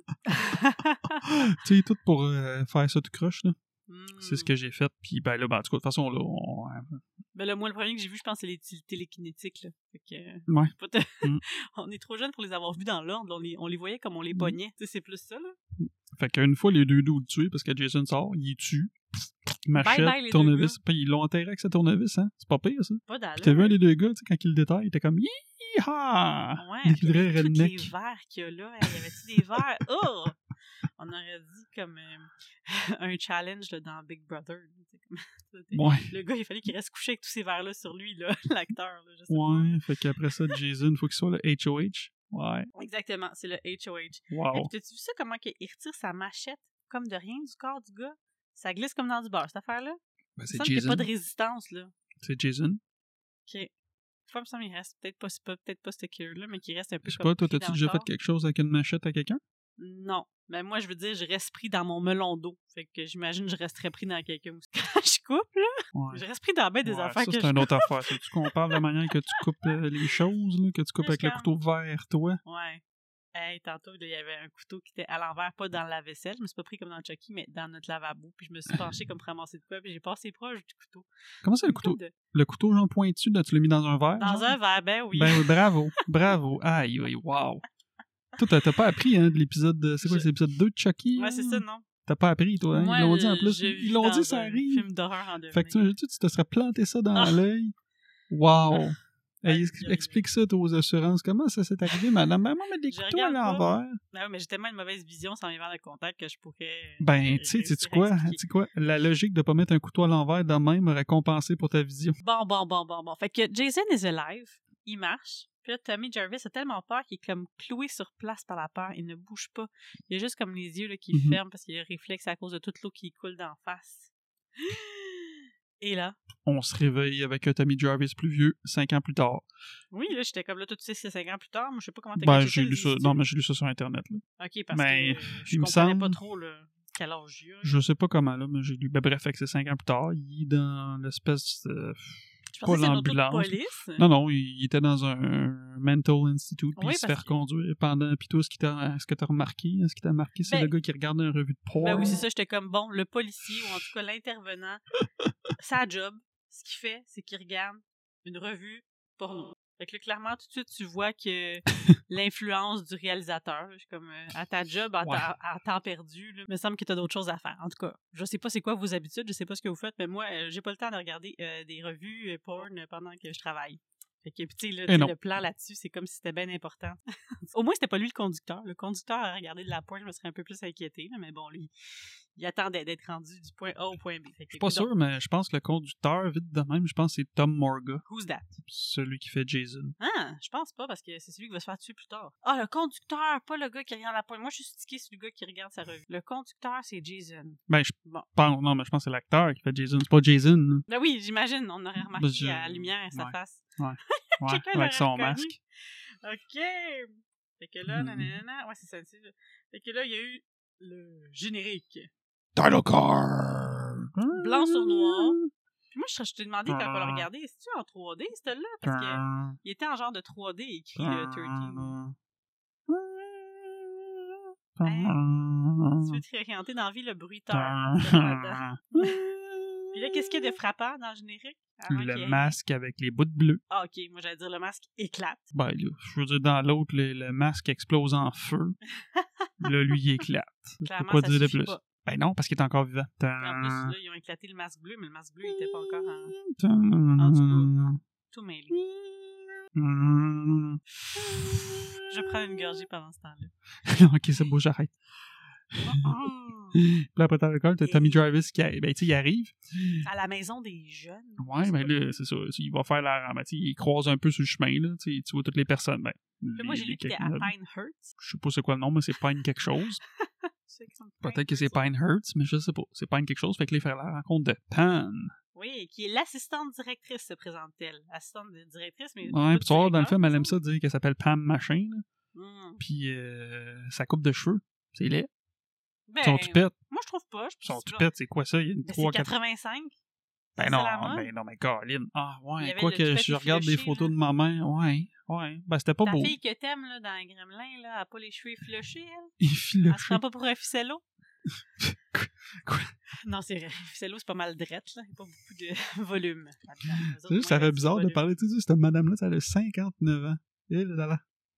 Tu sais, tout pour faire ça tout croche, là. C'est ce que j'ai fait. Puis ben là, en tout cas, de toute façon, là, ben là, moi, le premier que j'ai vu, je pense, c'est les télékinétiques, là. Fait que, ouais. On est trop jeunes pour les avoir vus dans l'ordre. On les voyait comme on les pognait. Tu sais, c'est plus ça, là. Fait qu'une fois, les deux dudes tués, parce que Jason sort, il tue. Machette, tournevis. Puis ils l'ont enterré avec sa tournevis, hein. C'est pas pire, ça. Pas d'allure. Puis t'as vu un des deux gars, tu sais, quand il le détaille, il était comme Yeehaw! Ouais. Des vrais rednecks. Tous les verres qu'il y a là, il y avait-tu des verres? Oh! On aurait dit comme un challenge là, dans Big Brother. Ouais. Le gars, il fallait qu'il reste couché avec tous ces verres-là sur lui, là, l'acteur. Là, je sais ouais, fait qu'après ça, Jason, il faut qu'il soit le HOH. Ouais. Exactement, c'est le HOH. Wow. Et puis, t'as-tu vu ça, comment il retire sa machette comme de rien du corps du gars? Ça glisse comme dans du beurre, cette affaire-là? Ben, c'est Jason. Jason. Il n'y a pas de résistance, là. C'est Jason. OK. Faut me semble qu'il reste peut-être pas ce killer-là, mais qu'il reste un peu je sais comme pas, toi, t'as-tu déjà fait quelque chose avec une machette à quelqu'un? Non. Ben moi, je veux dire, je reste pris dans mon melon d'eau. Fait que j'imagine que je resterais pris dans quelqu'un aussi. Quand je coupe, là, ouais. je reste pris dans ben des affaires ça, que c'est une autre affaire. C'est-tu qu'on parle de la manière que tu coupes les choses, là, que tu coupes avec le couteau vert, toi? Ouais. Hey, tantôt, il y avait un couteau qui était à l'envers, pas dans la vaisselle. Je me suis pas pris comme dans Chucky, mais dans notre lavabo. Puis je me suis penchée comme pour ramasser de quoi, puis j'ai passé proche du couteau. Comment ça, le couteau? Le couteau, genre, pointu, là, tu l'as mis dans un verre? Dans un verre, ben oui. Ben oui, bravo, bravo. Aïe, aïe, wow. Toi, t'as pas appris, hein, de l'épisode... C'est quoi, c'est l'épisode 2 de Chucky? Ouais, c'est ça, non? T'as pas appris, toi, hein? Moi, ils l'ont dit en plus. Ils l'ont dit, ça arrive. Film d'horreur en devenir. Fait que tu te serais planté ça dans l'œil. Wow. Hey, explique ça aux assurances. Comment ça s'est arrivé, madame? Ben, moi, mettre des couteaux à l'envers. Non, mais j'ai tellement une mauvaise vision sans mes verres de contact que je pourrais... Ben, tu sais quoi? La logique de pas mettre un couteau à l'envers de même aurait compensé pour ta vision. Bon. Fait que Jason is alive. Il marche. Puis là, Tommy Jarvis a tellement peur qu'il est comme cloué sur place par la peur. Il ne bouge pas. Il a juste comme les yeux là, qui ferment parce qu'il a un réflexe à cause de toute l'eau qui coule d'en face. Et là... On se réveille avec un Tommy Jarvis plus vieux, 5 ans plus tard. Oui, là, j'étais comme là, tout c'est 5 ans plus tard. Moi, je sais pas comment t'as Ben, j'ai lu ça. Non, mais j'ai lu ça sur Internet, là. OK, parce que je comprenais pas trop, là, quel âge il y a. Je sais pas comment, là, mais j'ai lu. Ben, bref, fait que c'est 5 ans plus tard. Il est dans l'espèce de... Je pensais que c'est une auto de police. Non, il était dans un mental institute, puis il se fait reconduire pendant... Puis toi, est-ce que t'as remarqué? Est-ce que t'as marqué? C'est le gars qui regarde une revue de porn. Ben oui, c'est ça. J'étais comme, bon, le policier, ou en tout cas l'intervenant, sa job, ce qu'il fait, c'est qu'il regarde une revue porno. Fait que là, clairement, tout de suite, tu vois que l'influence du réalisateur, je suis comme, à ta job, à temps perdu, là, me semble que t'as d'autres choses à faire. En tout cas, je sais pas c'est quoi vos habitudes, je sais pas ce que vous faites, mais moi, j'ai pas le temps de regarder des revues porn pendant que je travaille. Fait que, tu sais, le plan là-dessus, c'est comme si c'était bien important. Au moins, c'était pas lui le conducteur. Le conducteur a regardé de la porn, je me serais un peu plus inquiétée, là, mais bon, lui, il attendait d'être rendu du point A au point B. Je suis pas sûr, mais je pense que le conducteur, vite de même, je pense que c'est Tom Morga. Who's that? Celui qui fait Jason. Ah, je pense pas, parce que c'est celui qui va se faire tuer plus tard. Ah, le conducteur, pas le gars qui regarde la pointe. Moi, je suis stické sur le gars qui regarde sa revue. Le conducteur, c'est Jason. Ben, je pense, non, mais je pense que c'est l'acteur qui fait Jason. C'est pas Jason. Là. Ben oui, j'imagine. On aurait remarqué à la lumière sa face. Ouais. Avec son masque. OK. Fait que là, nanana. Ouais, c'est ça. Fait que là, il y a eu le générique. Title car! Blanc sur noir. Puis moi, je t'ai demandé quand on l'a regardé, est-ce que tu en 3D, celle-là? Parce qu'il était en genre de 3D écrit le 13. Tu veux te réorienter dans la vie, le bruiteur. Puis là, qu'est-ce qu'il y a de frappant dans le générique? Le masque avec les bouts de bleu. Ah, OK. Moi, j'allais dire le masque éclate. Ben, là, je veux dire, dans l'autre, le masque explose en feu. Là, lui, il éclate. Clairement, je peux pas ça dire de suffit plus. pas. Ben non, parce qu'il est encore vivant. En plus, là, ils ont éclaté le masque bleu, mais le masque bleu, il était pas encore en dessous. Tout mêlé. Je prends une gorgée pendant ce temps-là. OK, c'est beau, j'arrête. Puis après ta récolte, t'as Tommy Jarvis qui il arrive. À la maison des jeunes. Ouais, ben là, c'est ça. Il va faire la... Ben, il croise un peu sur le chemin, là. Tu vois toutes les personnes. Ben, moi, j'ai lu qu'il était à Pinehurst. Je sais pas c'est quoi le nom, mais c'est Pine quelque chose. Peut-être que c'est Pinehurst, mais je sais pas. C'est Pine quelque chose. Fait que là, il fait la rencontre de Pam. Oui, qui est l'assistante directrice, se présente-t-elle. Assistante directrice, mais... Ouais, puis tu vois, dans le film, elle aime ça dire qu'elle s'appelle Pam Machin, là. Puis sa coupe de cheveux, c'est laid. Ben, son toupette. Moi, je trouve pas. Son toupette, c'est quoi ça? Il y a une 3, c'est 85? Ben non, mais Caroline. Ah, ouais, quoi que je regarde des photos de ma mère, ouais. Ben, c'était pas beau. Ta fille que t'aimes, là, dans Gremlin, là, elle a pas les cheveux effilochés, elle? Effilochés. Elle se prend pas pour un ficello? Quoi? Non, c'est vrai. Ficello, c'est pas mal drette, là. Il n'y a pas beaucoup de volume. C'est juste, ça fait bizarre de parler, tu sais, cette madame-là, ça a 59 ans. Et là.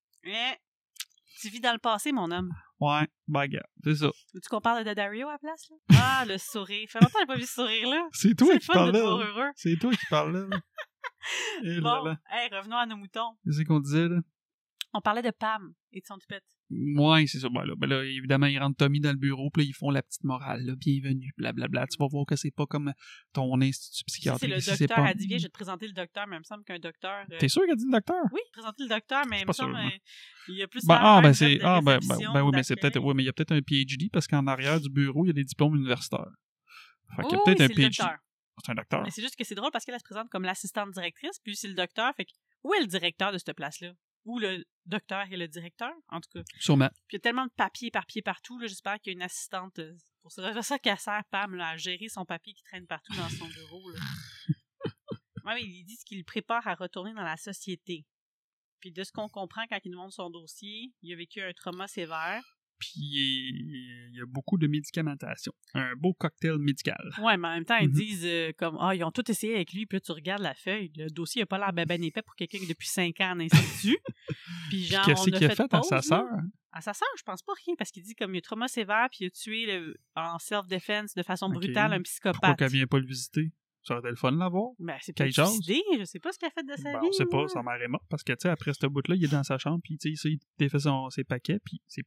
Tu vis dans le passé, mon homme. Ouais, ben, gars, c'est ça. Veux-tu qu'on parle de Dario à la place, là? Ah, le sourire. Ça fait longtemps que j'ai pas vu ce sourire-là. C'est toi qui parles là. Heureux. C'est toi qui parles là. Et bon, revenons à nos moutons. Qu'est-ce qu'on disait, là? On parlait de Pam et de son toupette. Ouais, c'est ça. Ben là, évidemment, ils rentrent Tommy dans le bureau, puis là, ils font la petite morale, là, bienvenue, blablabla. Tu vas voir que c'est pas comme ton institut psychiatrique. C'est le docteur, elle dit, viens, je vais te présenter le docteur, mais il me semble qu'un docteur... T'es sûr qu'elle dit le docteur? Oui, présenter le docteur, mais il me semble il y a plus oui, mais c'est peut-être... Oui, mais il y a peut-être un PhD, parce qu'en arrière du bureau, il y a des diplômes universitaires. Fait qu'il y a peut-être un PhD. C'est un docteur. Mais c'est juste que c'est drôle, parce qu'elle se présente comme l'assistante directrice, puis c'est le docteur, fait que où est le directeur de cette place-là? Ou le docteur et le directeur, en tout cas. Sûrement. Puis il y a tellement de papiers éparpillés partout, là, j'espère qu'il y a une assistante pour ça qu'elle sert Pam là, à gérer son papier qui traîne partout dans son bureau. Là. Ouais, mais ils disent qu'il le prépare à retourner dans la société. Puis de ce qu'on comprend quand il nous montre son dossier, il a vécu un trauma sévère. Puis il y a beaucoup de médicamentation. Un beau cocktail médical. Ouais, mais en même temps, ils disent comme ils ont tout essayé avec lui, puis là, tu regardes la feuille. Le dossier n'a pas l'air ben épais pour quelqu'un qui depuis 5 ans en institut. Puis genre, qu'est-ce qu'il a fait pause, à sa sœur? À sa sœur, je pense pas rien, parce qu'il dit comme il a trauma sévère, puis il a tué en self-defense de façon brutale un psychopathe. Pourquoi qu'elle vient pas le visiter? Ça aurait été le fun de l'avoir. Ben, c'est Qu'elle peut-être jase. suicidé, je sais pas ce qu'elle a fait de sa Ben, vie. on sait pas, moi. sa mère est morte parce que, tu sais, après ce bout-là, il est dans sa chambre, puis, tu sais, il défait ses paquets, puis ses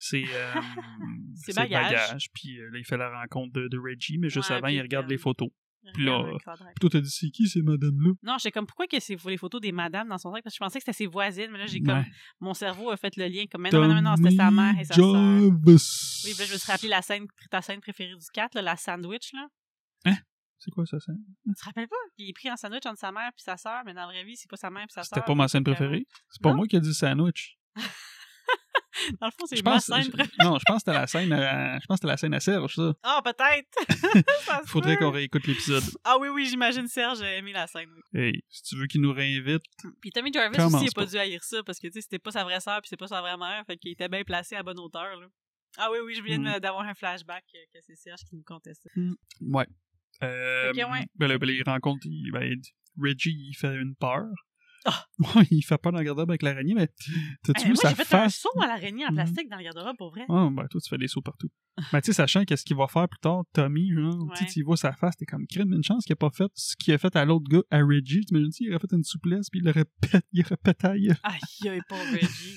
bagages, puis là, il fait la rencontre de Reggie, mais juste Ouais, avant, puis il regarde les photos. Puis regarde là, un cadre. puis toi, t'as dit, c'est qui ces madames-là? Non, j'étais comme, pourquoi que c'est les photos des madames dans son sac? Parce que je pensais que c'était ses voisines, mais là, j'ai comme, mon cerveau a fait le lien, comme, mais non, c'était sa mère et sa sœur. Oui, puis là, je me suis rappelé ta scène préférée du 4, là, la sandwich, là. Hein? C'est quoi ça? Tu te rappelles pas? Il est pris en sandwich entre sa mère et sa sœur, mais dans la vraie vie, c'est pas sa mère et sa sœur. C'était pas ma scène préférée? C'est pas Non? moi qui ai dit sandwich. Dans le fond, c'est Je ma pense, scène préférée. non, je pense que c'était la scène à Serge, ça. Ah, peut-être! Ça se Faudrait peut. qu'on réécoute l'épisode. Ah oui, j'imagine Serge a aimé la scène, oui. Hey, si tu veux qu'il nous réinvite, Puis Tommy Jarvis Commence aussi, il a pas pas. dû haïr ça, parce que, tu sais, c'était pas sa vraie sœur puis c'est pas sa vraie mère, fait qu'il était bien placé à bonne hauteur, là. Ah oui, je viens d'avoir un flashback que c'est Serge qui nous contait ça. ouais. ouais. Ben là, il rencontre, Reggie, il fait une peur. Ah! Ouais, il fait peur dans le garde-robe avec l'araignée, mais t'as-tu vu moi, sa j'ai fait un face? saut à l'araignée en plastique dans le garde-robe, pour vrai. Ah, ben toi, tu fais des sauts partout. Mais tu sais, sachant qu'est-ce qu'il va faire plus tard, Tommy, genre, Ouais. tu vois sa face, t'es comme crime, une chance qu'il a pas fait ce qu'il a fait à l'autre gars, à Reggie. Tu m'imagines, il aurait fait une souplesse, puis il aurait pété à gueule. Aïe, pauvre Reggie.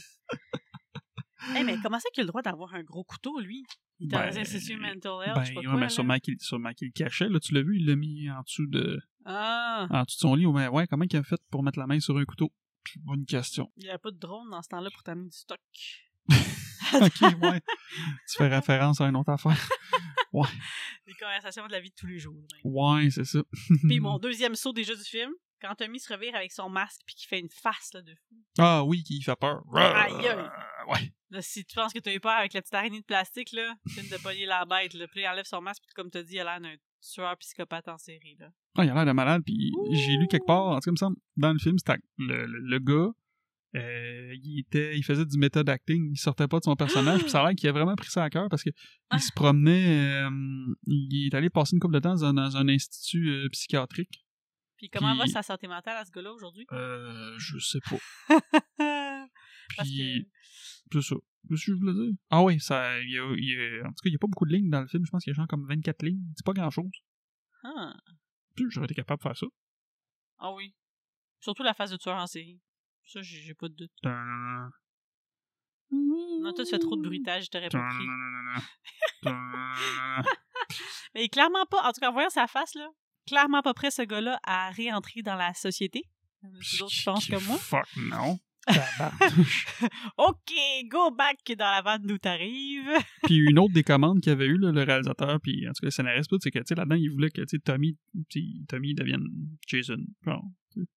Mais comment c'est qu'il a le droit d'avoir un gros couteau, lui? Il est dans les instituts mental health, je sais pas quoi, mais là. sûrement qu'il le cachait, là, tu l'as vu, il l'a mis en dessous de son lit, mais ouais, comment il a fait pour mettre la main sur un couteau? Bonne question. Il n'y avait pas de drone dans ce temps-là pour t'amener du stock. Ok, ouais. Tu fais référence à une autre affaire. Ouais. Des conversations de la vie de tous les jours. Même. Ouais, c'est ça. Puis mon deuxième saut déjà du film, quand Tommy se revire avec son masque puis qu'il fait une face là, de fou. Ah oui, qui fait peur. Aïe, aïe. Ouais. Là, si tu penses que tu as eu peur avec la petite araignée de plastique, là, tu viens de pogner la bête. Là. Puis il enlève son masque, puis comme tu as dit, il a l'air d'un tueur psychopathe en série. Là. Ah, il a l'air de malade, puis j'ai lu quelque part, en tout cas, il me semble, dans le film, c'était le gars, il faisait du method acting, il sortait pas de son personnage, puis ça a l'air qu'il a vraiment pris ça à cœur parce que il se promenait, il est allé passer une couple de temps dans un institut psychiatrique. Puis comment va sa santé mentale à ce gars-là aujourd'hui? Je sais pas. Puis, c'est ça. Qu'est-ce que je voulais dire? Ah oui, en tout cas, il y a pas beaucoup de lignes dans le film, je pense qu'il y a genre comme 24 lignes, c'est pas grand-chose. J'aurais été capable de faire ça. Ah oui. Surtout la phase de tueur en série. Ça, j'ai pas de doute. Non, toi, tu fais trop de bruitage, je t'aurais pas pris. Mais il est clairement pas, en tout cas, en voyant sa face, là, clairement pas prêt, ce gars-là, à réentrer dans la société. C'est d'autres qui pensent comme moi. Fuck, non. OK, go back dans la vanne d'où t'arrives. Puis une autre des commandes qu'il avait eu là, le réalisateur, puis en tout cas le scénariste, c'est que là-dedans, il voulait que Tommy devienne Jason. Bon,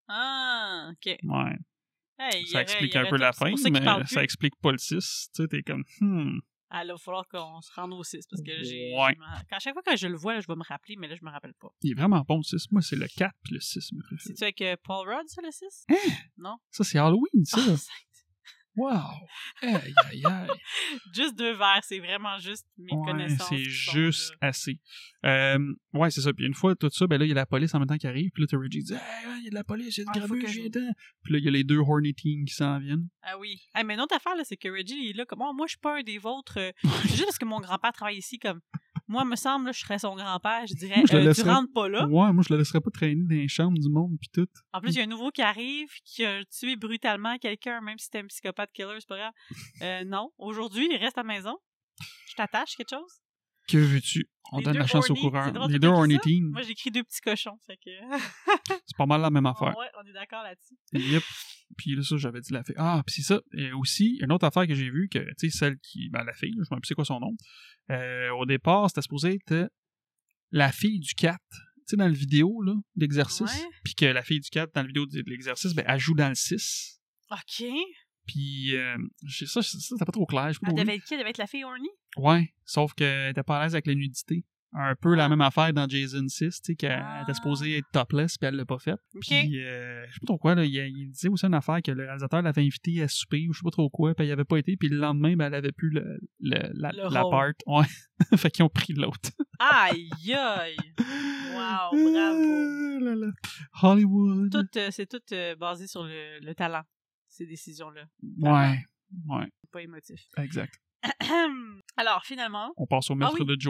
ah, OK. Ouais. Hey, ça explique un peu la fin, mais ça explique pas le 6. Tu sais, t'es comme, Ah, là, il va falloir qu'on se rende au 6, parce que Ouais. à chaque fois que je le vois, là, je vais me rappeler, mais là, je me rappelle pas. Il est vraiment bon, le 6. Moi, c'est le 4 puis le 6, me préfère. C'est-tu avec Paul Rudd, ça, le 6? Non? Ça, c'est Halloween, ça. Oh, wow! Aïe, aïe, aïe. Juste 2 verres, c'est vraiment juste mes connaissances. C'est juste assez. Ouais, c'est ça. Puis une fois tout ça, ben là, il y a la police en même temps qui arrive. Puis là, t'as Reggie qui dit « Hey, il y a de la police, il y a du grabuge, viens-t'en. » Puis là, il y a les 2 horny teens qui s'en viennent. Ah oui. Hey, mais une autre affaire, là, c'est que Reggie, il est là comme « moi, je suis pas un des vôtres. C'est juste parce que mon grand-père travaille ici comme... » Moi, me semble, là, je serais son grand-père, je dirais, tu rentres pas là. Ouais, moi, je le laisserais pas traîner dans les chambres du monde, pis tout. En plus, il y a un nouveau qui arrive, qui a tué brutalement quelqu'un, même si c'était un psychopathe killer, c'est pas grave. Non, aujourd'hui, il reste à la maison. Je t'attache quelque chose? Que veux-tu? On donne la chance au coureur. Les 2 horny teens. Moi, j'écris 2 petits cochons, fait que... c'est pas mal la même affaire. Ouais, on est d'accord là-dessus. Yep. Puis là, ça, j'avais dit la fille. Ah, puis c'est ça. Et aussi, une autre affaire que j'ai vue, que, tu sais, celle qui... Ben, la fille, je me rappelle c'est quoi son nom. Au départ, c'était supposé être la fille du 4. Tu sais, dans la vidéo, là, d'exercice. Puis que la fille du 4, dans la vidéo de l'exercice, ben, elle joue dans le 6. OK. Puis, ça, c'était pas trop clair. Elle devait être qui? Elle devait être la fille horny? Ouais, sauf qu'elle était pas à l'aise avec la nudité. Un peu la même affaire dans Jason 6, tu sais, qu'elle était supposée être topless, puis elle l'a pas fait. Okay. Puis, je sais pas trop quoi, là, il disait aussi une affaire que le réalisasateur l'avait invité à souper, ou je sais pas trop quoi, puis il avait pas été, puis le lendemain, ben, elle avait plus la part. Ouais. Fait qu'ils ont pris l'autre. Aïe, aïe! Wow, bravo! Hollywood! C'est tout basé sur le talent, ces décisions-là. Ouais. Pas émotif. Exact. Alors, finalement... On passe au meurtre de Joey.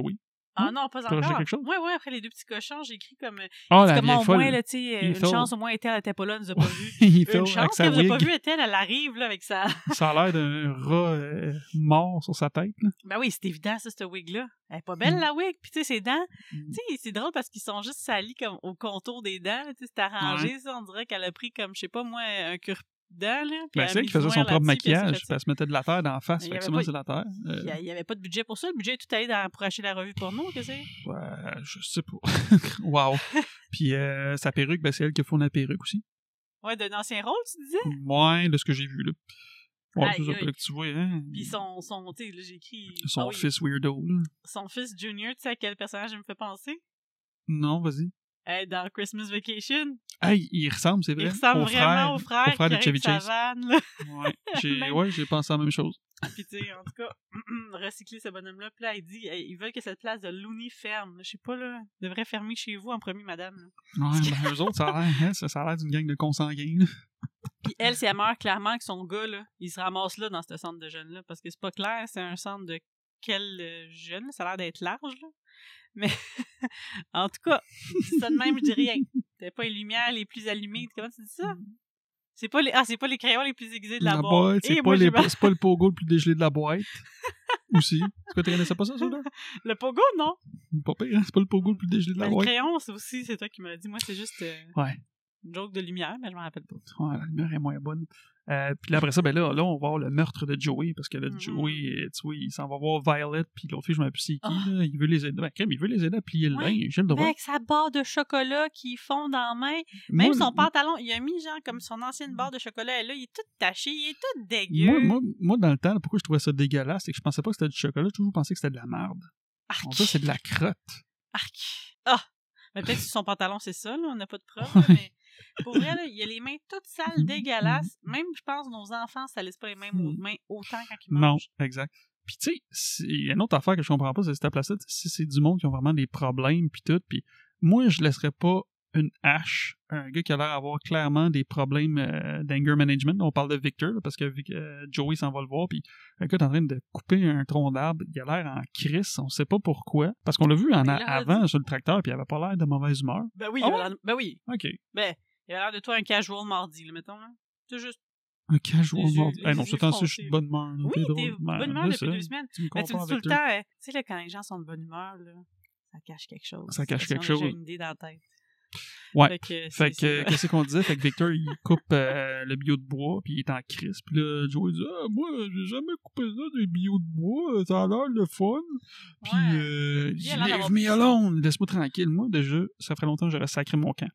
Ah non, pas T'as rajouté encore. quelque chose? Ouais, après les deux petits cochons, j'ai écrit comme... Ah, la comme vieille au folle. moins, là, tu sais, une Ethel. chance, au moins, Ethel, elle était pas là, elle nous a pas vus. Ethel, Une avec chance sa qu'elle nous a pas wig. vu, Ethel, elle arrive, là, avec sa... Ça a l'air d'un rat mort sur sa tête, là. Ben oui, c'est évident, ça, cette wig-là. Elle est pas belle, la wig. Puis, tu sais, ses dents, tu sais, c'est drôle parce qu'ils sont juste salis comme au contour des dents, tu sais, c'est arrangé, ça. On dirait qu'elle a pris comme, je sais pas, moi, un cure-dent, là. Ben, c'est elle qui faisait son propre maquillage, puis elle se mettait de la terre dans la face, fait que c'est la terre. Il y avait pas de budget pour ça. Le budget est tout allé pour acheter la revue porno, qu'est-ce que c'est? Ouais, je sais pas. Wow. Puis sa perruque, ben, c'est elle qui a fait la perruque aussi. Ouais, d'un ancien rôle, tu disais? Ouais, de ce que j'ai vu, là. Ouais, c'est ça, aïe. que tu vois, hein. Puis son tu sais, là, j'ai écrit... Son ah oui, fils weirdo, là. son fils Junior, tu sais à quel personnage il me fait penser? Non, vas-y. Dans Christmas Vacation. Hey, il ressemble, c'est vrai. Il ressemble vraiment au frère de qui Chevy arrive Chase. sa vanne, là. Ouais, j'ai pensé à la même chose. Puis tu sais, en tout cas, recycler ce bonhomme-là. Puis là, il dit, ils veulent que cette place de Looney ferme. Je sais pas, là, devrait fermer chez vous en premier, madame. Là. Ouais, ben eux autres, ça a l'air d'une gang de consanguins, là. Puis elle, si elle meurt, clairement que son gars, là, il se ramasse là dans ce centre de jeunes-là. Parce que c'est pas clair, c'est un centre de quel jeune, là? Ça a l'air d'être large, là. Mais, en tout cas, je dis ça de même, je dis rien. T'as pas les lumières les plus allumées. Comment tu dis ça? C'est pas les crayons les plus aiguisés de la boîte. C'est pas le pogo le plus dégelé de la boîte. Aussi. Est-ce que tu connaissais pas ça, là? Le pogo, non? Pas pire, hein? C'est pas le pogo le plus dégelé de la boîte. Le crayon, c'est toi qui me l'as dit. Moi, c'est juste une joke de lumière, mais je m'en rappelle pas. Ouais, la lumière est moins bonne. Puis là, après ça, ben là, on va voir le meurtre de Joey, parce que là, Joey, tu vois, il s'en va voir Violet, puis l'autre fille, je me rappelle plus c'est qui, là, il veut les aider. Ben, il veut les aider à plier le linge, j'ai le droit. Avec sa barre de chocolat qui fond dans la main, même son pantalon, il a mis genre comme son ancienne barre de chocolat, et là, il est tout taché, il est tout dégueu. Moi, dans le temps, là, pourquoi je trouvais ça dégueulasse, c'est que je pensais pas que c'était du chocolat, j'ai toujours pensé que c'était de la merde. On dirait que c'est de la crotte. Arc! Ah! Mais peut-être que son pantalon, c'est ça, là, on n'a pas de preuve, là, mais pour vrai, là, il a les mains toutes sales, dégueulasses. Même, je pense, nos enfants, ça laisse pas les mains autant quand ils mangent. Non, exact. Puis tu sais, il y a une autre affaire que je comprends pas, c'est cette place-là, si c'est du monde qui ont vraiment des problèmes, puis tout, puis moi, je laisserais pas une hache, un gars qui a l'air d'avoir clairement des problèmes d'anger management. On parle de Victor, là, parce que Joey s'en va le voir, puis un gars est en train de couper un tronc d'arbre, il a l'air en crisse, on sait pas pourquoi, parce qu'on l'a vu avant sur le tracteur, puis il avait pas l'air de mauvaise humeur. Ben oui, ben oui. OK. Ben, il a l'air de toi un casual mardi, là, mettons, là. C'est juste... Un casual mardi. Non, c'est temps, je suis de bonne humeur. Oui, t'es de bonne humeur depuis 2 semaines. Tu me dis tout le temps, tu sais, là, quand les gens sont de bonne humeur, là, ça cache quelque chose. Ça cache quelque chose. J'ai une idée dans la tête. Ouais. Fait que qu'est-ce qu'on disait? Fait que Victor, il coupe le bio de bois, puis il est en crise. Puis là, Joey dit « Ah, moi, j'ai jamais coupé ça, des bio de bois. Ça a l'air le fun. » Puis il dit « Leave me alone. Laisse-moi tranquille. Moi, déjà, ça ferait longtemps que j'aurais sacré mon camp.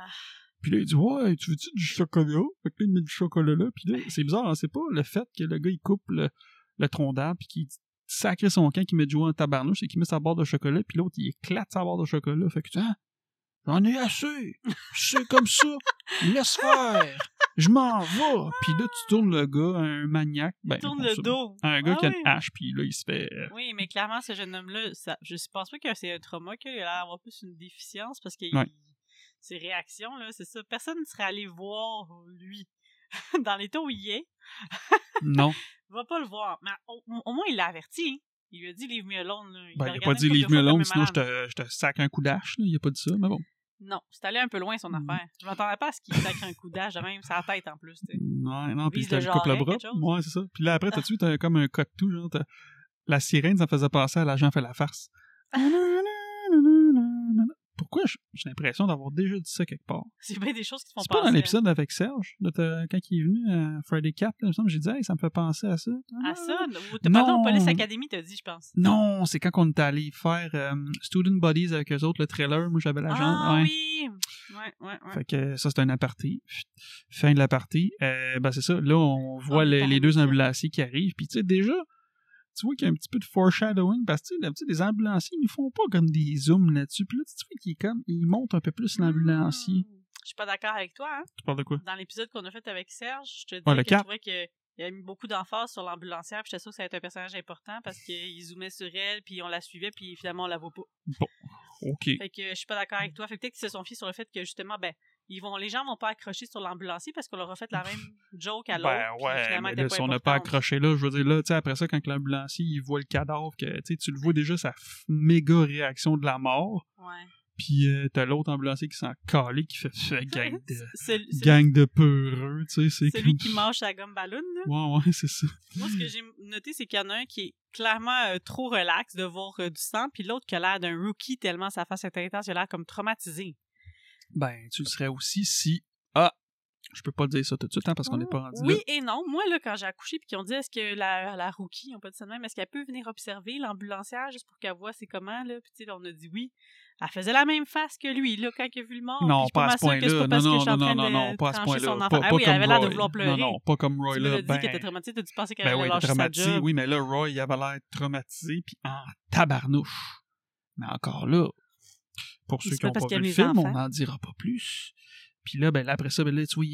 Puis là, il dit « Ouais, tu veux-tu du chocolat? » Fait que là, il met du chocolat là. Puis là, c'est bizarre, hein, c'est pas le fait que le gars, il coupe le tronc d'arbre, puis qu'il sacre son camp, qu'il met Joey en tabarnouche, et qu'il met sa barre de chocolat, puis l'autre, il éclate sa barre de chocolat. Fait que tu dis « J'en ai assez. C'est comme ça. Laisse faire. Je m'en vais. » Puis là, tu tournes le gars, un maniaque. Ben, tourne le dos. Un gars qui a une hache, puis là, il se fait... Oui, mais clairement, ce jeune homme-là, je pense pas que c'est un trauma, qu'il a l'air d'avoir plus une déficience, parce que ses réactions, là, c'est ça. Personne ne serait allé voir lui dans l'état où il est. Non. Va pas le voir. Mais au moins, il l'a averti. Il lui a dit « Leave me alone ». Il a pas dit « Leave me alone », sinon je te sac un coup d'hache. Il a pas dit ça, mais bon. Non, c'est allé un peu loin son affaire. Je m'attendais pas à ce qu'il sacre un coup d'âge, même sa tête en plus. T'sais. Non, puis il coupe le bras. Ouais, c'est ça. Puis là, après, t'as-tu t'as comme un code tout, genre, la sirène, ça faisait passer à l'agent fait la farce. Pourquoi j'ai l'impression d'avoir déjà dit ça quelque part? C'est bien des choses qui te font penser. C'est pas dans l'épisode avec Serge, quand il est venu à Friday 4, là, il me semble, j'ai dit, hey, ça me fait penser à ça. À ça? Ou pardon, Police Academy, t'as dit, je pense. Non, c'est quand on est allé faire Student Buddies avec eux autres, le trailer, moi j'avais l'agent. Ah oui! Ouais. Fait que ça, c'est un aparté. Fin de l'aparté. Ben c'est ça, là, on voit les deux ambulanciers qui arrivent, puis tu sais, déjà, tu vois qu'il y a un petit peu de foreshadowing, parce que d'habitude, les ambulanciers, ils ne font pas comme des zooms là-dessus. Puis là, tu vois qu'il monte un peu plus l'ambulancier. Je suis pas d'accord avec toi, hein? Tu parles de quoi? Dans l'épisode qu'on a fait avec Serge, je te disais que je trouvais qu'il a mis beaucoup d'emphase sur l'ambulancière, puis j'étais sûre que ça allait être un personnage important, parce qu'il zoomait sur elle, puis on la suivait, puis finalement, on la voit pas. Bon, OK. Fait que je suis pas d'accord avec toi. Fait que peut-être qu'ils se sont fiés sur le fait que, justement, ben, les gens vont pas accrocher sur l'ambulancier parce qu'on leur a fait la même joke à l'autre. Ben ouais, mais là, si on n'a pas importante. accroché là, je veux dire, là, tu sais, après ça, quand l'ambulancier, il voit le cadavre, que tu le vois déjà, sa méga réaction de la mort. Ouais. Puis t'as l'autre ambulancier qui s'en calé, qui fait gang de peureux, tu sais. C'est celui qui mange sa gomme ballon, là. Ouais, c'est ça. Moi, ce que j'ai noté, c'est qu'il y en a un qui est clairement trop relax de voir du sang, puis l'autre qui a l'air d'un rookie tellement sa face est intense, il a l'air comme traumatisé. Ben, tu le serais aussi si... je peux pas te dire ça tout de suite, hein, parce qu'on n'est pas rendu là. Oui et non. Moi, là, quand j'ai accouché, puis qu'ils ont dit, est-ce que la rookie, ils ont pas dit ça de même, est-ce qu'elle peut venir observer l'ambulancière juste pour qu'elle voit c'est comment, là? Puis, tu sais, on a dit oui. Elle faisait la même face que lui, là, quand il a vu le mort. Non, pas à ce point-là. Non, pas à ce point-là. Ah oui, elle avait l'air de vouloir pleurer. Non, pas comme Roy, tu là. Tu m'as dit qu'elle était traumatisée, t'as-tu pensé qu'elle allait lâcher sa job? Oui, mais là, Roy, il avait l'air traumatisé, puis en tabarnouche. Mais encore là, pour ceux qui n'ont pas vu le film, on n'en dira pas plus. Puis là, ben là, après ça, ben là, tu vois,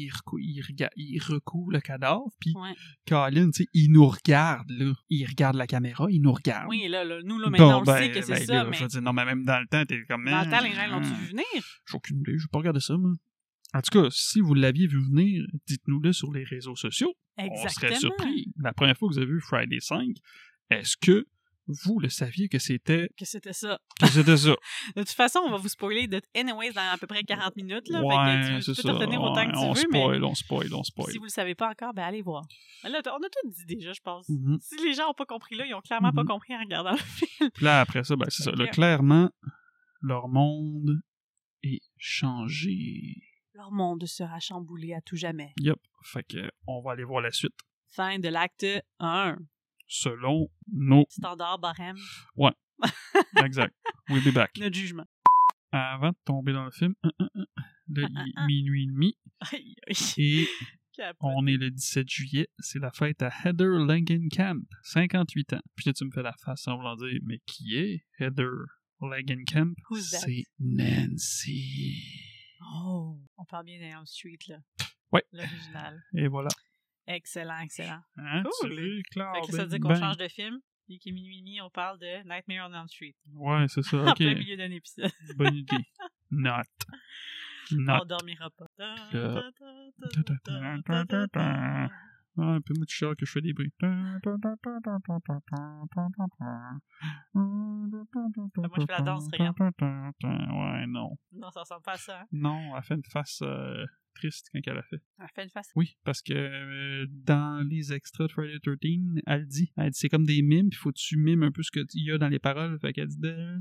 il recouvre le cadavre, puis Colin, tu sais, il nous regarde, là. Il regarde la caméra, il nous regarde. Oui, là nous, là, maintenant, on sait que c'est ça, là, mais... Je veux dire, non, mais même dans le temps, t'es comme... Dans le temps, les gens l'ont-tu vu venir? J'ai aucune idée, j'ai pas regardé ça, moi. En tout cas, si vous l'aviez vu venir, dites-nous-le sur les réseaux sociaux. Exactement. On serait surpris. La première fois que vous avez vu Friday 5, est-ce que vous le saviez que c'était... Que c'était ça. Que c'était ça. De toute façon, on va vous spoiler anyways dans à peu près 40 minutes. Là, ouais, tu peux te retenir autant que tu veux, mais... On spoil. Si vous le savez pas encore, ben allez voir. Mais là, on a tout dit déjà, je pense. Mm-hmm. Si les gens n'ont pas compris là, ils ont clairement pas compris en regardant le film. Puis là, après ça, ben c'est ça. Là, clairement, leur monde est changé. Leur monde sera chamboulé à tout jamais. Yup. Fait que on va aller voir la suite. Fin de l'acte 1. Selon nos... standards barème. Ouais. Exact. We'll be back. Notre jugement. Avant de tomber dans le film, là, il est minuit et demi. Et on est le 17 juillet. C'est la fête à Heather Langenkamp, 58 ans. Puis là, tu me fais la face en voulant dire, mais qui est Heather Langenkamp? C'est Nancy. Oh, on parle bien d'Elm Street, là. Ouais. L'original. Et voilà. Excellent, excellent. Hein, cool. Fait que ça veut dire qu'on change de film. Et qu'il est minuit et demi, on parle de Nightmare on Elm Street. Ouais, c'est ça. En OK. plein milieu d'un épisode. Bonne idée. Not. On dormira pas. Un peu moi, tu sais que je fais des bruits. Moi, je fais la danse, regarde. Ouais, non. Non, ça ressemble pas à ça. Hein? Non, elle fait une face triste quand elle a fait. Elle fait une face. Oui, parce que dans les extras de Friday 13, elle dit c'est comme des mimes, puis faut que tu mimes un peu ce qu'il y a dans les paroles. Fait qu'elle dit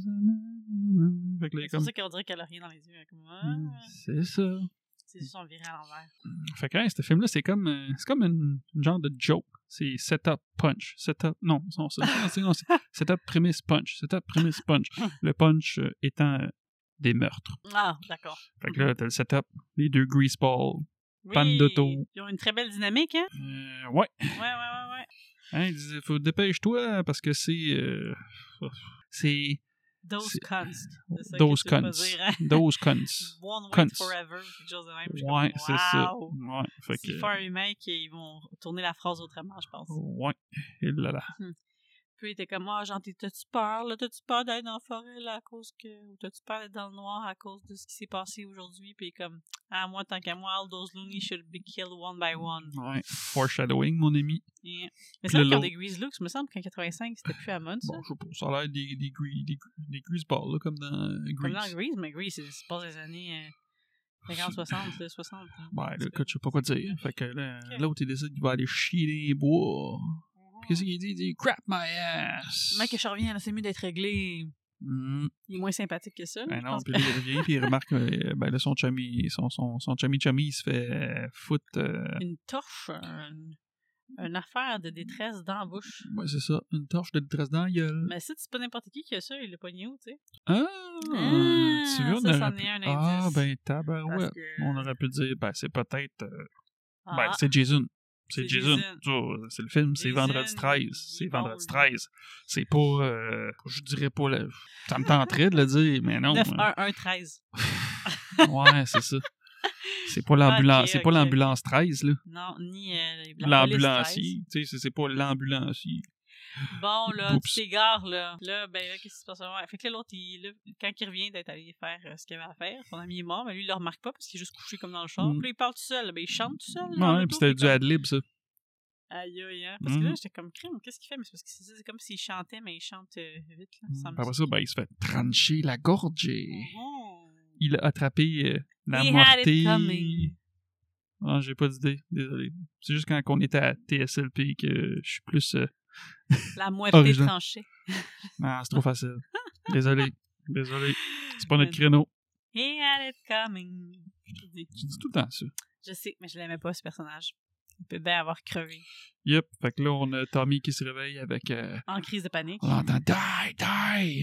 fait que là, c'est pour ça qu'on dirait qu'elle a rien dans les yeux. Comme... C'est ça. C'est juste son viré à l'envers. Fait que ce film-là, c'est comme une genre de joke. C'est setup, punch. Setup, non, c'est setup, premise, punch. Setup, premise, punch. Le punch étant des meurtres. Ah, d'accord. Fait que là, t'as le setup, les deux greaseballs, panne d'auto. Ils ont une très belle dynamique, hein? Ouais. Ouais. Hein, ils disent, faut dépêche-toi parce que c'est... Those cunts. Those cunts. Those cunts. One way forever, quelque chose de même. Ouais, c'est ça. Ouais, fait s'ils font un remake, ils vont tourner la phrase autrement, je pense. Ouais. Et là là. Puis il était comme, genre, t'as-tu peur, là? T'as-tu peur d'être dans la forêt, là, à cause que... Ou t'as-tu peur d'être dans le noir à cause de ce qui s'est passé aujourd'hui? Puis comme, moi, tant qu'à moi, all those loonies should be killed one by one. Ouais. Foreshadowing, mon ami. Yeah. Mais c'est vrai qu'ils ont des grease looks, me semble qu'en 85, c'était plus à mode, ça. Bon, je sais pas, ça a l'air des greaseballs, là, comme dans Grease. Comme dans Grease, mais Grease, c'est pas des années... 50, 60, 60. Hein. Ben, là, je sais pas quoi dire. Fait que là, l'autre, il décide qu'il va aller chier dans les bois. Puis qu'est-ce qu'il dit? Il dit, crap my ass! Mec, que je reviens, là, c'est mieux d'être réglé. Il est moins sympathique que ça. Ben non, puis il revient, puis il remarque que ben, là, son chummy, il se fait foutre... Une torche, une affaire de détresse dans la bouche. Ouais, c'est ça, une torche de détresse dans la gueule. Mais ça, c'est pas n'importe qui a ça, il l'a pogné où, tu sais. Tu veux, ça, c'en est un indice. Ah, ben, tabarouette. Que... On aurait pu dire, ben, c'est peut-être... Ben, c'est Jason. C'est Jason. C'est le film, c'est Vendredi 13. C'est Vendredi 13. C'est pas... je dirais pas... Ça me tenterait de le dire, mais non. 9-1-1-13. Ouais, c'est ça. C'est pas l'ambulance, c'est pas l'ambulance 13, là. Non, ni l'ambulancier. Tu sais, c'est pas l'ambulancier. Bon, là, Oups. tu t'égares, là. Là, ben là, qu'est-ce qui se passe? Ouais. Fait que là, l'autre, quand il revient d'être allé faire ce qu'il avait à faire, son ami est mort, mais lui, il le remarque pas parce qu'il est juste couché comme dans le char. Puis là, il parle tout seul. Ben, il chante tout seul. Dans Ouais, l'auto, puis c'était puis du comme... ad-lib, ça. Aïe, aïe, hein. Parce que là, j'étais comme crime. Qu'est-ce qu'il fait? Mais c'est parce que c'est comme s'il chantait, mais il chante vite, là. Sans Après ça, ben, il se fait trancher la gorge et il a attrapé la He had it mortée. coming. Ah, j'ai pas d'idée, désolé. C'est juste quand on était à TSLP que je suis plus... La moitié original. tranchée. Ah, c'est trop facile. Désolé. C'est pas notre créneau. He had it coming. Je dis. Tu dis tout le temps ça. Je sais, mais je l'aimais pas, ce personnage. Il peut bien avoir crevé. Yep. Fait que là, on a Tommy qui se réveille avec... En crise de panique. on entend « Die! »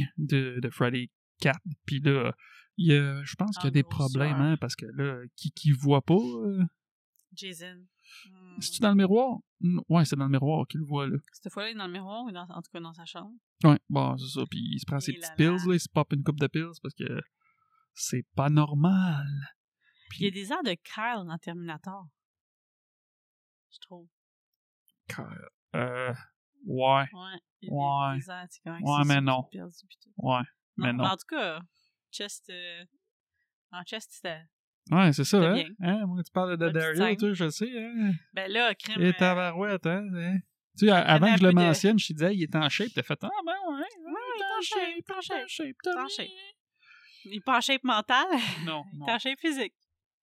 de Freddy 4. Puis là, je pense qu'il y a des problèmes, hein, parce que là, qui voit pas... Jason. C'est-tu dans le miroir? Ouais, c'est dans le miroir qu'il le voit, là. Cette fois-là, il est dans le miroir ou en tout cas dans sa chambre. Ouais, bon, c'est ça. Puis il se prend ses petites pills, là. Il se pop une coupe de pills parce que c'est pas normal. Puis il y a des airs de Kyle dans Terminator. Je trouve. Ouais. Ouais. Ouais. Des airs, c'est correct. Ouais, mais non. Ouais, mais non. En tout cas, en chest, c'était... Ouais, c'est ça, hein? bien. Hein? Moi, tu parles de Dario, tu sais, je sais, hein? Ben là, crème... Et tabarouette, hein? Tu sais, avant que je le mentionne, je te disais, il est en shape. T'as fait, ah, ben ouais, il est en shape. Il est pas en shape mentale. Non, Il est en shape physique.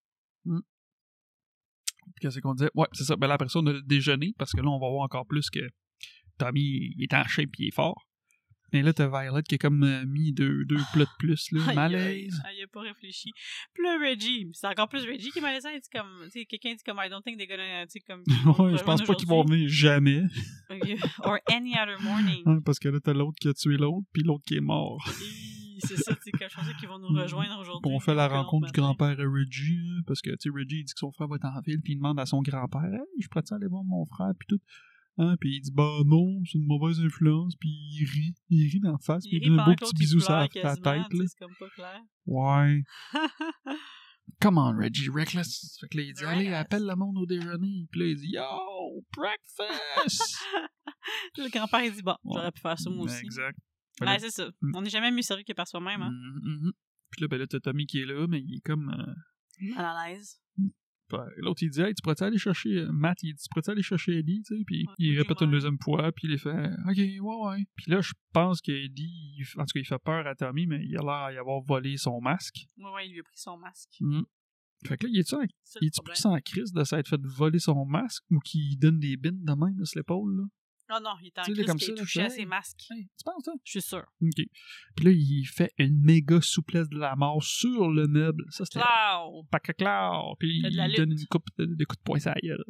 Qu'est-ce qu'on disait? Ouais, c'est ça. Ben là, après ça, on a le déjeuner, parce que là, on va voir encore plus que Tommy, il est en shape et il est fort. Mais là, t'as Violet qui a comme mis deux plats de plus, là. Malaise. Il a pas réfléchi. Puis là, Reggie, c'est encore plus Reggie qui est malaisant. Il dit comme, tu sais, quelqu'un dit comme, I don't think they're gonna, tu sais, comme... Ouais, je pense pas qu'ils vont venir jamais. Or any other morning. Ouais, parce que là, t'as l'autre qui a tué l'autre, puis l'autre qui est mort. C'est ça, tu sais, je pensais qu'ils vont nous rejoindre aujourd'hui. On fait la rencontre du grand-père à Reggie, hein, parce que, tu sais, Reggie, il dit que son frère va être en ville, puis il demande à son grand-père, hey, je pourrais-tu aller voir mon frère, puis tout. Hein, puis il dit, bah non, c'est une mauvaise influence, puis il rit d'en face, puis il donne un beau petit bisou sur la tête, là. C'est comme pas clair. Ouais. Come on, Reggie, reckless. Fait que là, il dit, allez, appelle le monde au déjeuner. Puis là, il dit, yo, breakfast! Le grand-père, il dit, bon, j'aurais pu faire ça moi aussi. Exact. Ouais, c'est ça. On n'est jamais mieux servi que par soi-même, hein. Puis là, ben là, t'as Tommy qui est là, mais il est comme... mal à l'aise. L'autre, il dit, hey, tu pourrais-tu aller chercher... Matt, il dit, tu pourrais-tu aller chercher Eddie, tu sais? Puis il répète une deuxième fois, puis il fait, OK, ouais. Puis là, je pense qu'Eddie, en tout cas, il fait peur à Tommy, mais il a l'air d'y avoir volé son masque. Ouais, il lui a pris son masque. Fait que là, il est-tu plus en crise de s'être fait voler son masque ou qu'il donne des bines de même sur l'épaule, là? Ah non, il est en crise qu'il ait touché à ses masques. Hey, tu penses ça? Je suis sûr. OK. Puis là, il fait une méga souplesse de la mort sur le meuble. Ça, c'était... Pacaclao! Puis il donne une coupe de coups de poing sur la gueule.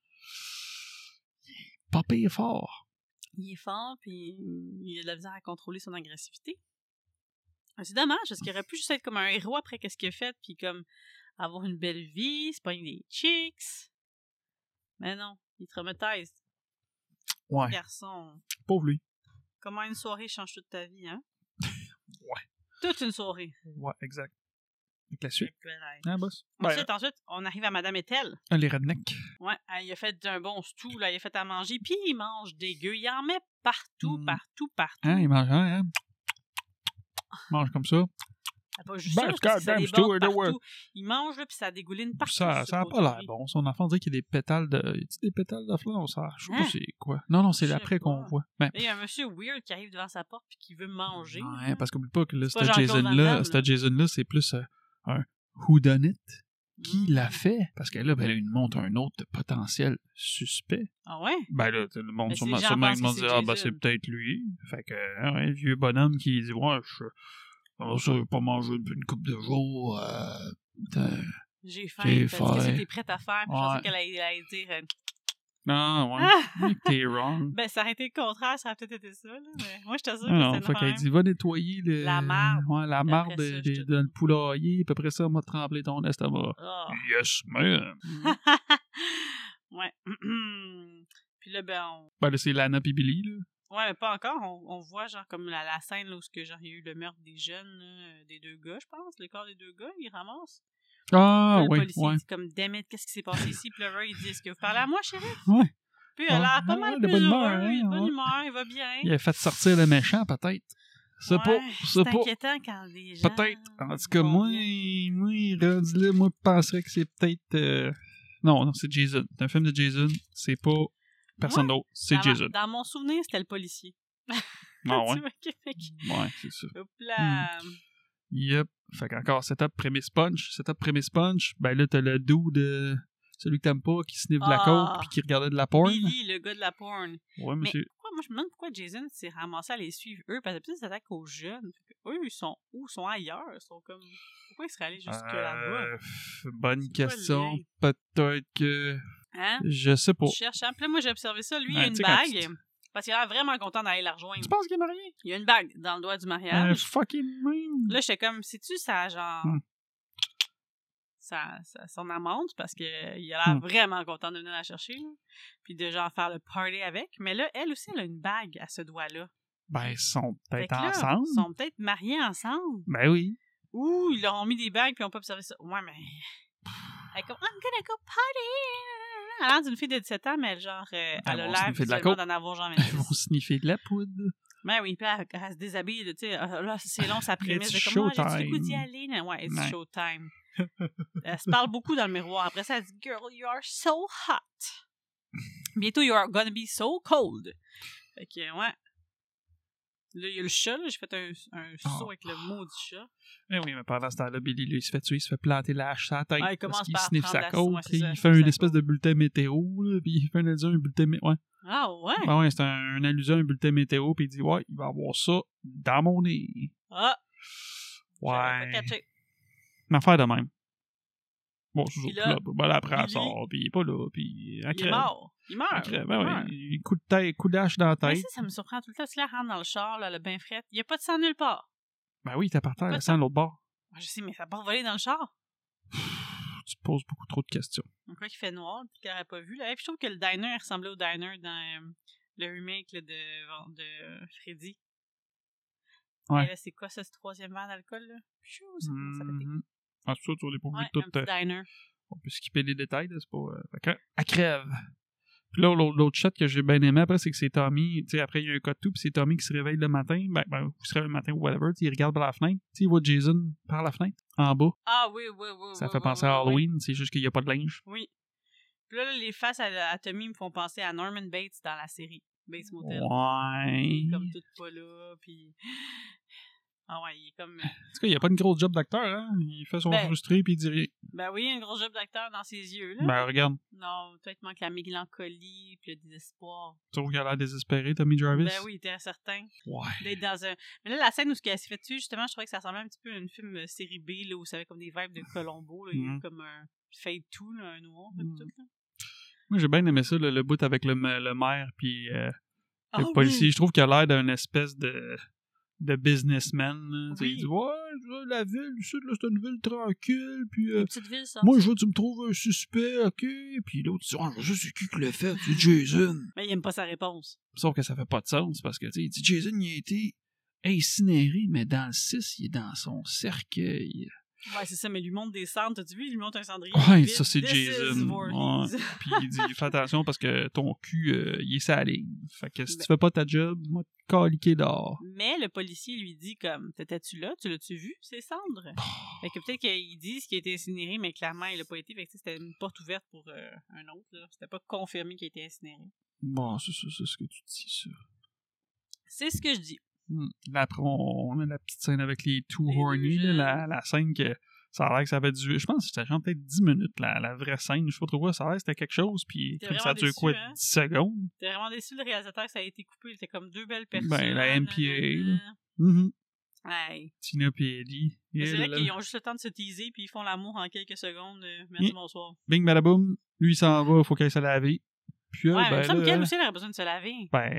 Pas pire fort. Il est fort, puis il a de la misère à contrôler son agressivité. C'est dommage, parce qu'il aurait pu juste être comme un héros après qu'est-ce qu'il a fait, puis comme avoir une belle vie, se pogner des chicks. Mais non, il traumatise. Ouais. Garçon. Pauvre lui. Comment une soirée change toute ta vie, hein? Ouais. Toute une soirée. Ouais, exact. Avec la suite. Ah, boss. Ensuite, on arrive à Madame Ethel. Les rednecks. Ouais, il a fait un bon stew, là, il a fait à manger, puis il mange dégueu. Il en met partout. Hein, il mange, hein? Il mange comme ça. Pas juste ça, parce que ça déborde partout. Il mange, là, puis ça dégouline partout. Ça a pas l'air bon. Son enfant dirait qu'il y a des pétales de... Y a-t-il des pétales de fleurs? Ça, je sais pas c'est quoi. Non, c'est l'après qu'on voit. Mais il y a un monsieur weird qui arrive devant sa porte puis qui veut manger. Ouais, parce qu'oublie pas que là, ce Jason-là, c'est plus un whodunit. Qui l'a fait? Parce que là, ben, il montre un autre potentiel suspect. Ah ouais? Ben là, le monde sûrement ils vont dire, ah ben c'est peut-être lui. Fait que, un vieux bonhomme qui dit, ouais, je vais pas manger une coupe de jours. J'ai faim. Qu'est-ce que t'es prête à faire? Puis je pensais qu'elle allait dire... Non, ouais. T'es wrong. Ben, ça aurait été le contraire, ça aurait peut-être été ça, là. Mais moi, je t'assure que c'est fait qu'elle dit, va nettoyer la marde. Ouais, la marde de le poulailler, puis après ça, on va trembler ton estomac. Oh. Yes, man. Ouais. Puis là, ben, Ben là, c'est Lana pis Billy, là. Ouais, mais pas encore. On voit, genre, comme la scène, là, où il y a eu le meurtre des jeunes, là, des deux gars, je pense. Le corps des deux gars, ils ramassent. Ah, le oui, policier dit comme, damn it, qu'est-ce qui s'est passé ici? Puis là, il dit, est-ce que vous parlez à moi, chérie? Ouais. Puis il a l'air pas mal de plus bonne heureux, humeur, hein, il a de bonne ouais. humeur, il va bien. Il a fait sortir le méchant, peut-être. C'est pas. C'est inquiétant quand les gens... Peut-être. En tout cas, vont moi, bien. rendu là, moi, je penserais que c'est peut-être... Non, c'est Jason. C'est un film de Jason. C'est pas personne d'autre. C'est Jason. Dans mon souvenir, c'était le policier. Ah ouais? Tu vois, Québec. Ouais, c'est ça. Hop là. Yep. Fait qu'encore, setup, prémisse punch. Ben là, t'as le dude de celui que t'aimes pas, qui sniffe de la coke pis qui regardait de la porn. Billy, le gars de la porn. Ouais, monsieur. Moi, je me demande pourquoi Jason s'est ramassé à les suivre, eux, parce que peut-être s'attaque aux jeunes. Eux, ils sont où? Ils sont ailleurs. Ils sont comme... Pourquoi ils seraient allés jusque là-bas? Bonne question. Peut-être que... Hein? Je sais pas. Je cherche. Puis là, moi, j'ai observé ça. Lui, il Ouais, a une bague. Parce qu'il a l'air vraiment content d'aller la rejoindre. Tu penses qu'il est marié? Il a une bague dans le doigt du mariage. Fucking man. Là, j'étais comme, sais-tu, ça genre... son amante, parce qu'il a l'air vraiment content de venir la chercher, là. Puis de genre faire le party avec. Mais là, elle aussi, elle a une bague à ce doigt-là. Ben, ils sont peut-être là, ensemble. Ils sont peut-être mariés ensemble. Ben oui. Ouh, ils leur ont mis des bagues puis ils ont pas observé ça. Ouais, mais... Elle est comme, I'm gonna go party! Elle a l'air d'une fille de 17 ans, mais elle, genre, elle a l'air visuellement d'en avoir genre 26. Ils vont sniffer de la poudre. Ben oui, puis elle se déshabille, tu sais, là, c'est long, sa prémisse de It's comment j'ai le showtime. goût d'y aller. Ouais, it's showtime. Elle se parle beaucoup dans le miroir. Après ça, elle dit, girl, you are so hot. Bientôt, you are gonna be so cold. Fait que, ouais. Là, il y a le chat, là. J'ai fait un saut avec le maudit chat. Eh oui, mais pendant ce temps-là, Billy, lui, il se fait tuer, il se fait planter la hache sur la tête. Il commence parce qu'il sniffe sa côte. Il fait une espèce de bulletin météo, là, puis il fait une allusion à un bulletin météo. Ouais. Ah ouais? Ben ouais, c'est une allusion à un bulletin météo, puis il dit, ouais, il va avoir ça dans mon nez. Ah! Ouais. Pas catché. Une affaire de même. Bon, c'est toujours là, ben là, après, elle sort, puis il est pas là, puis elle crève. Il est mort. Il meurt. Elle crève, ben oui. Coup de tête, coup d'hache dans la tête. Mais ça me surprend tout le temps. Parce que là, elle rentre dans le char, là, le bain fret. Il n'y a pas de sang nulle part. Ben oui, t'es par terre, le sang de l'autre bord. Je sais, mais ça part voler dans le char. Tu te poses beaucoup trop de questions. Donc, quoi qu'il fait noir, puis qu'elle n'aurait pas vu. Là. Et puis, je trouve que le diner il ressemblait au diner dans le remake là, de Freddy. Ouais. Et là, c'est quoi ça, ce troisième verre d'alcool, là? Pichou, ça commence à péter. Ah, c'est ça, tu n'as pas vu tout. tout. Un petit diner. On peut skipper les détails, là, c'est pas... Elle crève. Puis là, l'autre shot que j'ai bien aimé après, c'est que c'est Tommy, tu sais, après il y a un cut tout, puis c'est Tommy qui se réveille le matin, il se réveille le matin ou whatever, il regarde par la fenêtre, tu sais, il voit Jason par la fenêtre, en bas. Ah oui. Ça fait penser à Halloween, c'est juste qu'il n'y a pas de linge. Oui. Puis là, les faces à Tommy me font penser à Norman Bates dans la série Bates Motel. Ouais. Il est comme tout pas là, puis... Ah ouais, il est comme... En tout cas, il n'y a pas une grosse job d'acteur, hein? Il fait son frustré puis il dit rien. Ben oui, il y a une grosse job d'acteur dans ses yeux, là. Ben regarde. Non, peut-être manque la mélancolie puis le désespoir. Tu trouves qu'il a l'air désespéré, Tommy Jarvis? Ben oui, t'es certain. Ouais. D'être dans un... Mais là, la scène où ce qu'elle s'est fait tuer, justement, je trouvais que ça ressemblait un petit peu à une film série B, là, où ça avait comme des vibes de Colombo, là. Il y a eu comme un fade to, là, un noir, tout, là. Moi, j'ai bien aimé ça, le bout avec le maire puis le policier. Oui. Je trouve qu'il a l'air d'un espèce de businessman. Oui. Il dit, ouais, la ville, ici, là, c'est une ville tranquille, puis une petite ville, ça. moi, je veux que tu me trouves un suspect, ok? Puis l'autre, il dit, je sais qui l'a fait, c'est Jason. Mais il aime pas sa réponse. Sauf que ça fait pas de sens, parce que, tu sais, il dit, Jason, il a été incinéré, mais dans le 6, il est dans son cercueil. Ouais, c'est ça, mais lui montre des cendres. T'as-tu vu? Il lui montre un cendrier. Ouais, vide. ça, c'est This Jason. Ouais. Puis il dit, fais attention parce que ton cul, il est sur la ligne. Fait que si tu fais pas ta job, moi, te caliquer dehors. Mais le policier lui dit comme, t'étais-tu là? Tu l'as-tu vu, ces cendres? Fait que peut-être qu'ils disent qu'il a été incinéré, mais clairement, il a pas été. Fait que c'était une porte ouverte pour un autre, là. C'était pas confirmé qu'il a été incinéré. Bon, c'est ça, c'est ce que tu dis, ça. C'est ce que je dis. Là, après, on a la petite scène avec les two horny, là, la scène que ça a l'air que ça avait duré. Je pense que c'était genre peut-être 10 minutes, la vraie scène. Je sais pas trop quoi, ça a l'air que c'était quelque chose, puis ça a duré quoi, 10 secondes? T'es vraiment déçu, le réalisateur, que ça a été coupé. C'était comme deux belles personnes. Ben, la MPA, là. Hey. Tina et Eddie. C'est vrai qu'ils ont juste le temps de se teaser, puis ils font l'amour en quelques secondes. Merci, bonsoir. Bing, badaboum. Lui, il s'en va, il faut qu'il se laver. Puis, ouais, mais il me semble qu'elle aussi, elle aurait besoin de se laver.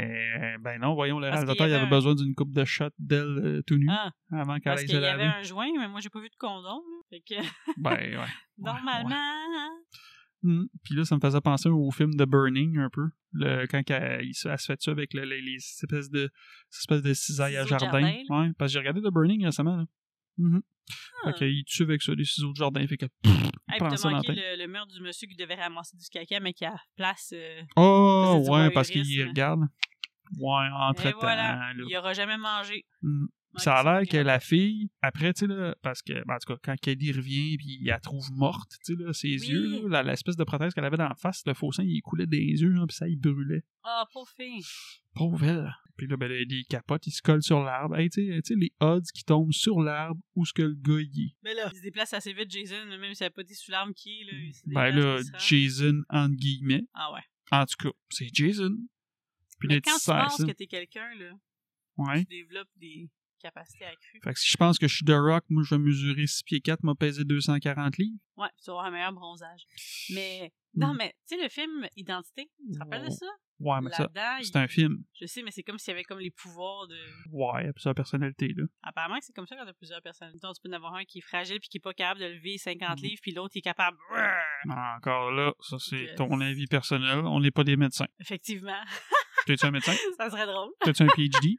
Ben non, voyons, le réalisateur, il avait besoin d'une coupe de shot d'elle tout nue avant qu'elle aille se laver. Parce qu'il y avait un joint, mais moi, j'ai pas vu de condom. Fait que... Ben, ouais. Normalement... Puis là, ça me faisait penser au film The Burning, un peu. Quand elle se fait ça avec les espèces de cisailles à jardin. Ouais, parce que j'ai regardé The Burning récemment, là. Fait qu'il tue avec ça, des ciseaux de jardin. Fait que. Hey, puis t'as manqué le meurtre du monsieur qui devait ramasser du caca, mais qui a place. Oh, ouais, parce qu'il regarde. Ouais, entre-temps. Voilà. Il aura jamais mangé. Ça a l'air que la fille, après, tu sais, là, parce que, en tout cas, quand Kelly revient, puis elle trouve morte, tu sais, là, ses yeux, là, l'espèce de prothèse qu'elle avait dans la face, le faux sein, il coulait des yeux, puis ça, il brûlait. Ah, pauvre fille. Pauvre elle. Puis là, ben, il capote, il se colle sur l'arbre. Hey, tu sais, les odds qui tombent sur l'arbre où ce que le gars y est. Mais là, il se déplace assez vite, Jason, même si elle n'a pas dit sous l'arbre qui est, là. Ben là, Jason, entre guillemets. Ah ouais. En tout cas, c'est Jason. Puis mais là, quand tu penses que t'es quelqu'un, là, tu développes des capacités accrues. Fait que si je pense que je suis The Rock, moi, je vais mesurer 6 pieds 4, m'a pesé 240 livres. Ouais, tu vas avoir un meilleur bronzage. Mais, non, mais, tu sais, le film Identité, tu te rappelles de ça? Ouais, mais ça, c'est un film. Je sais, mais c'est comme s'il y avait comme les pouvoirs de... Ouais, il y a plusieurs personnalités, là. Apparemment que c'est comme ça quand t'as plusieurs personnalités. Donc, tu peux en avoir un qui est fragile puis qui est pas capable de lever 50 livres, puis l'autre qui est capable... Encore là, ça, c'est ton avis personnel. On n'est pas des médecins. Effectivement. T'es-tu un médecin? Ça serait drôle. T'as-tu un PhD?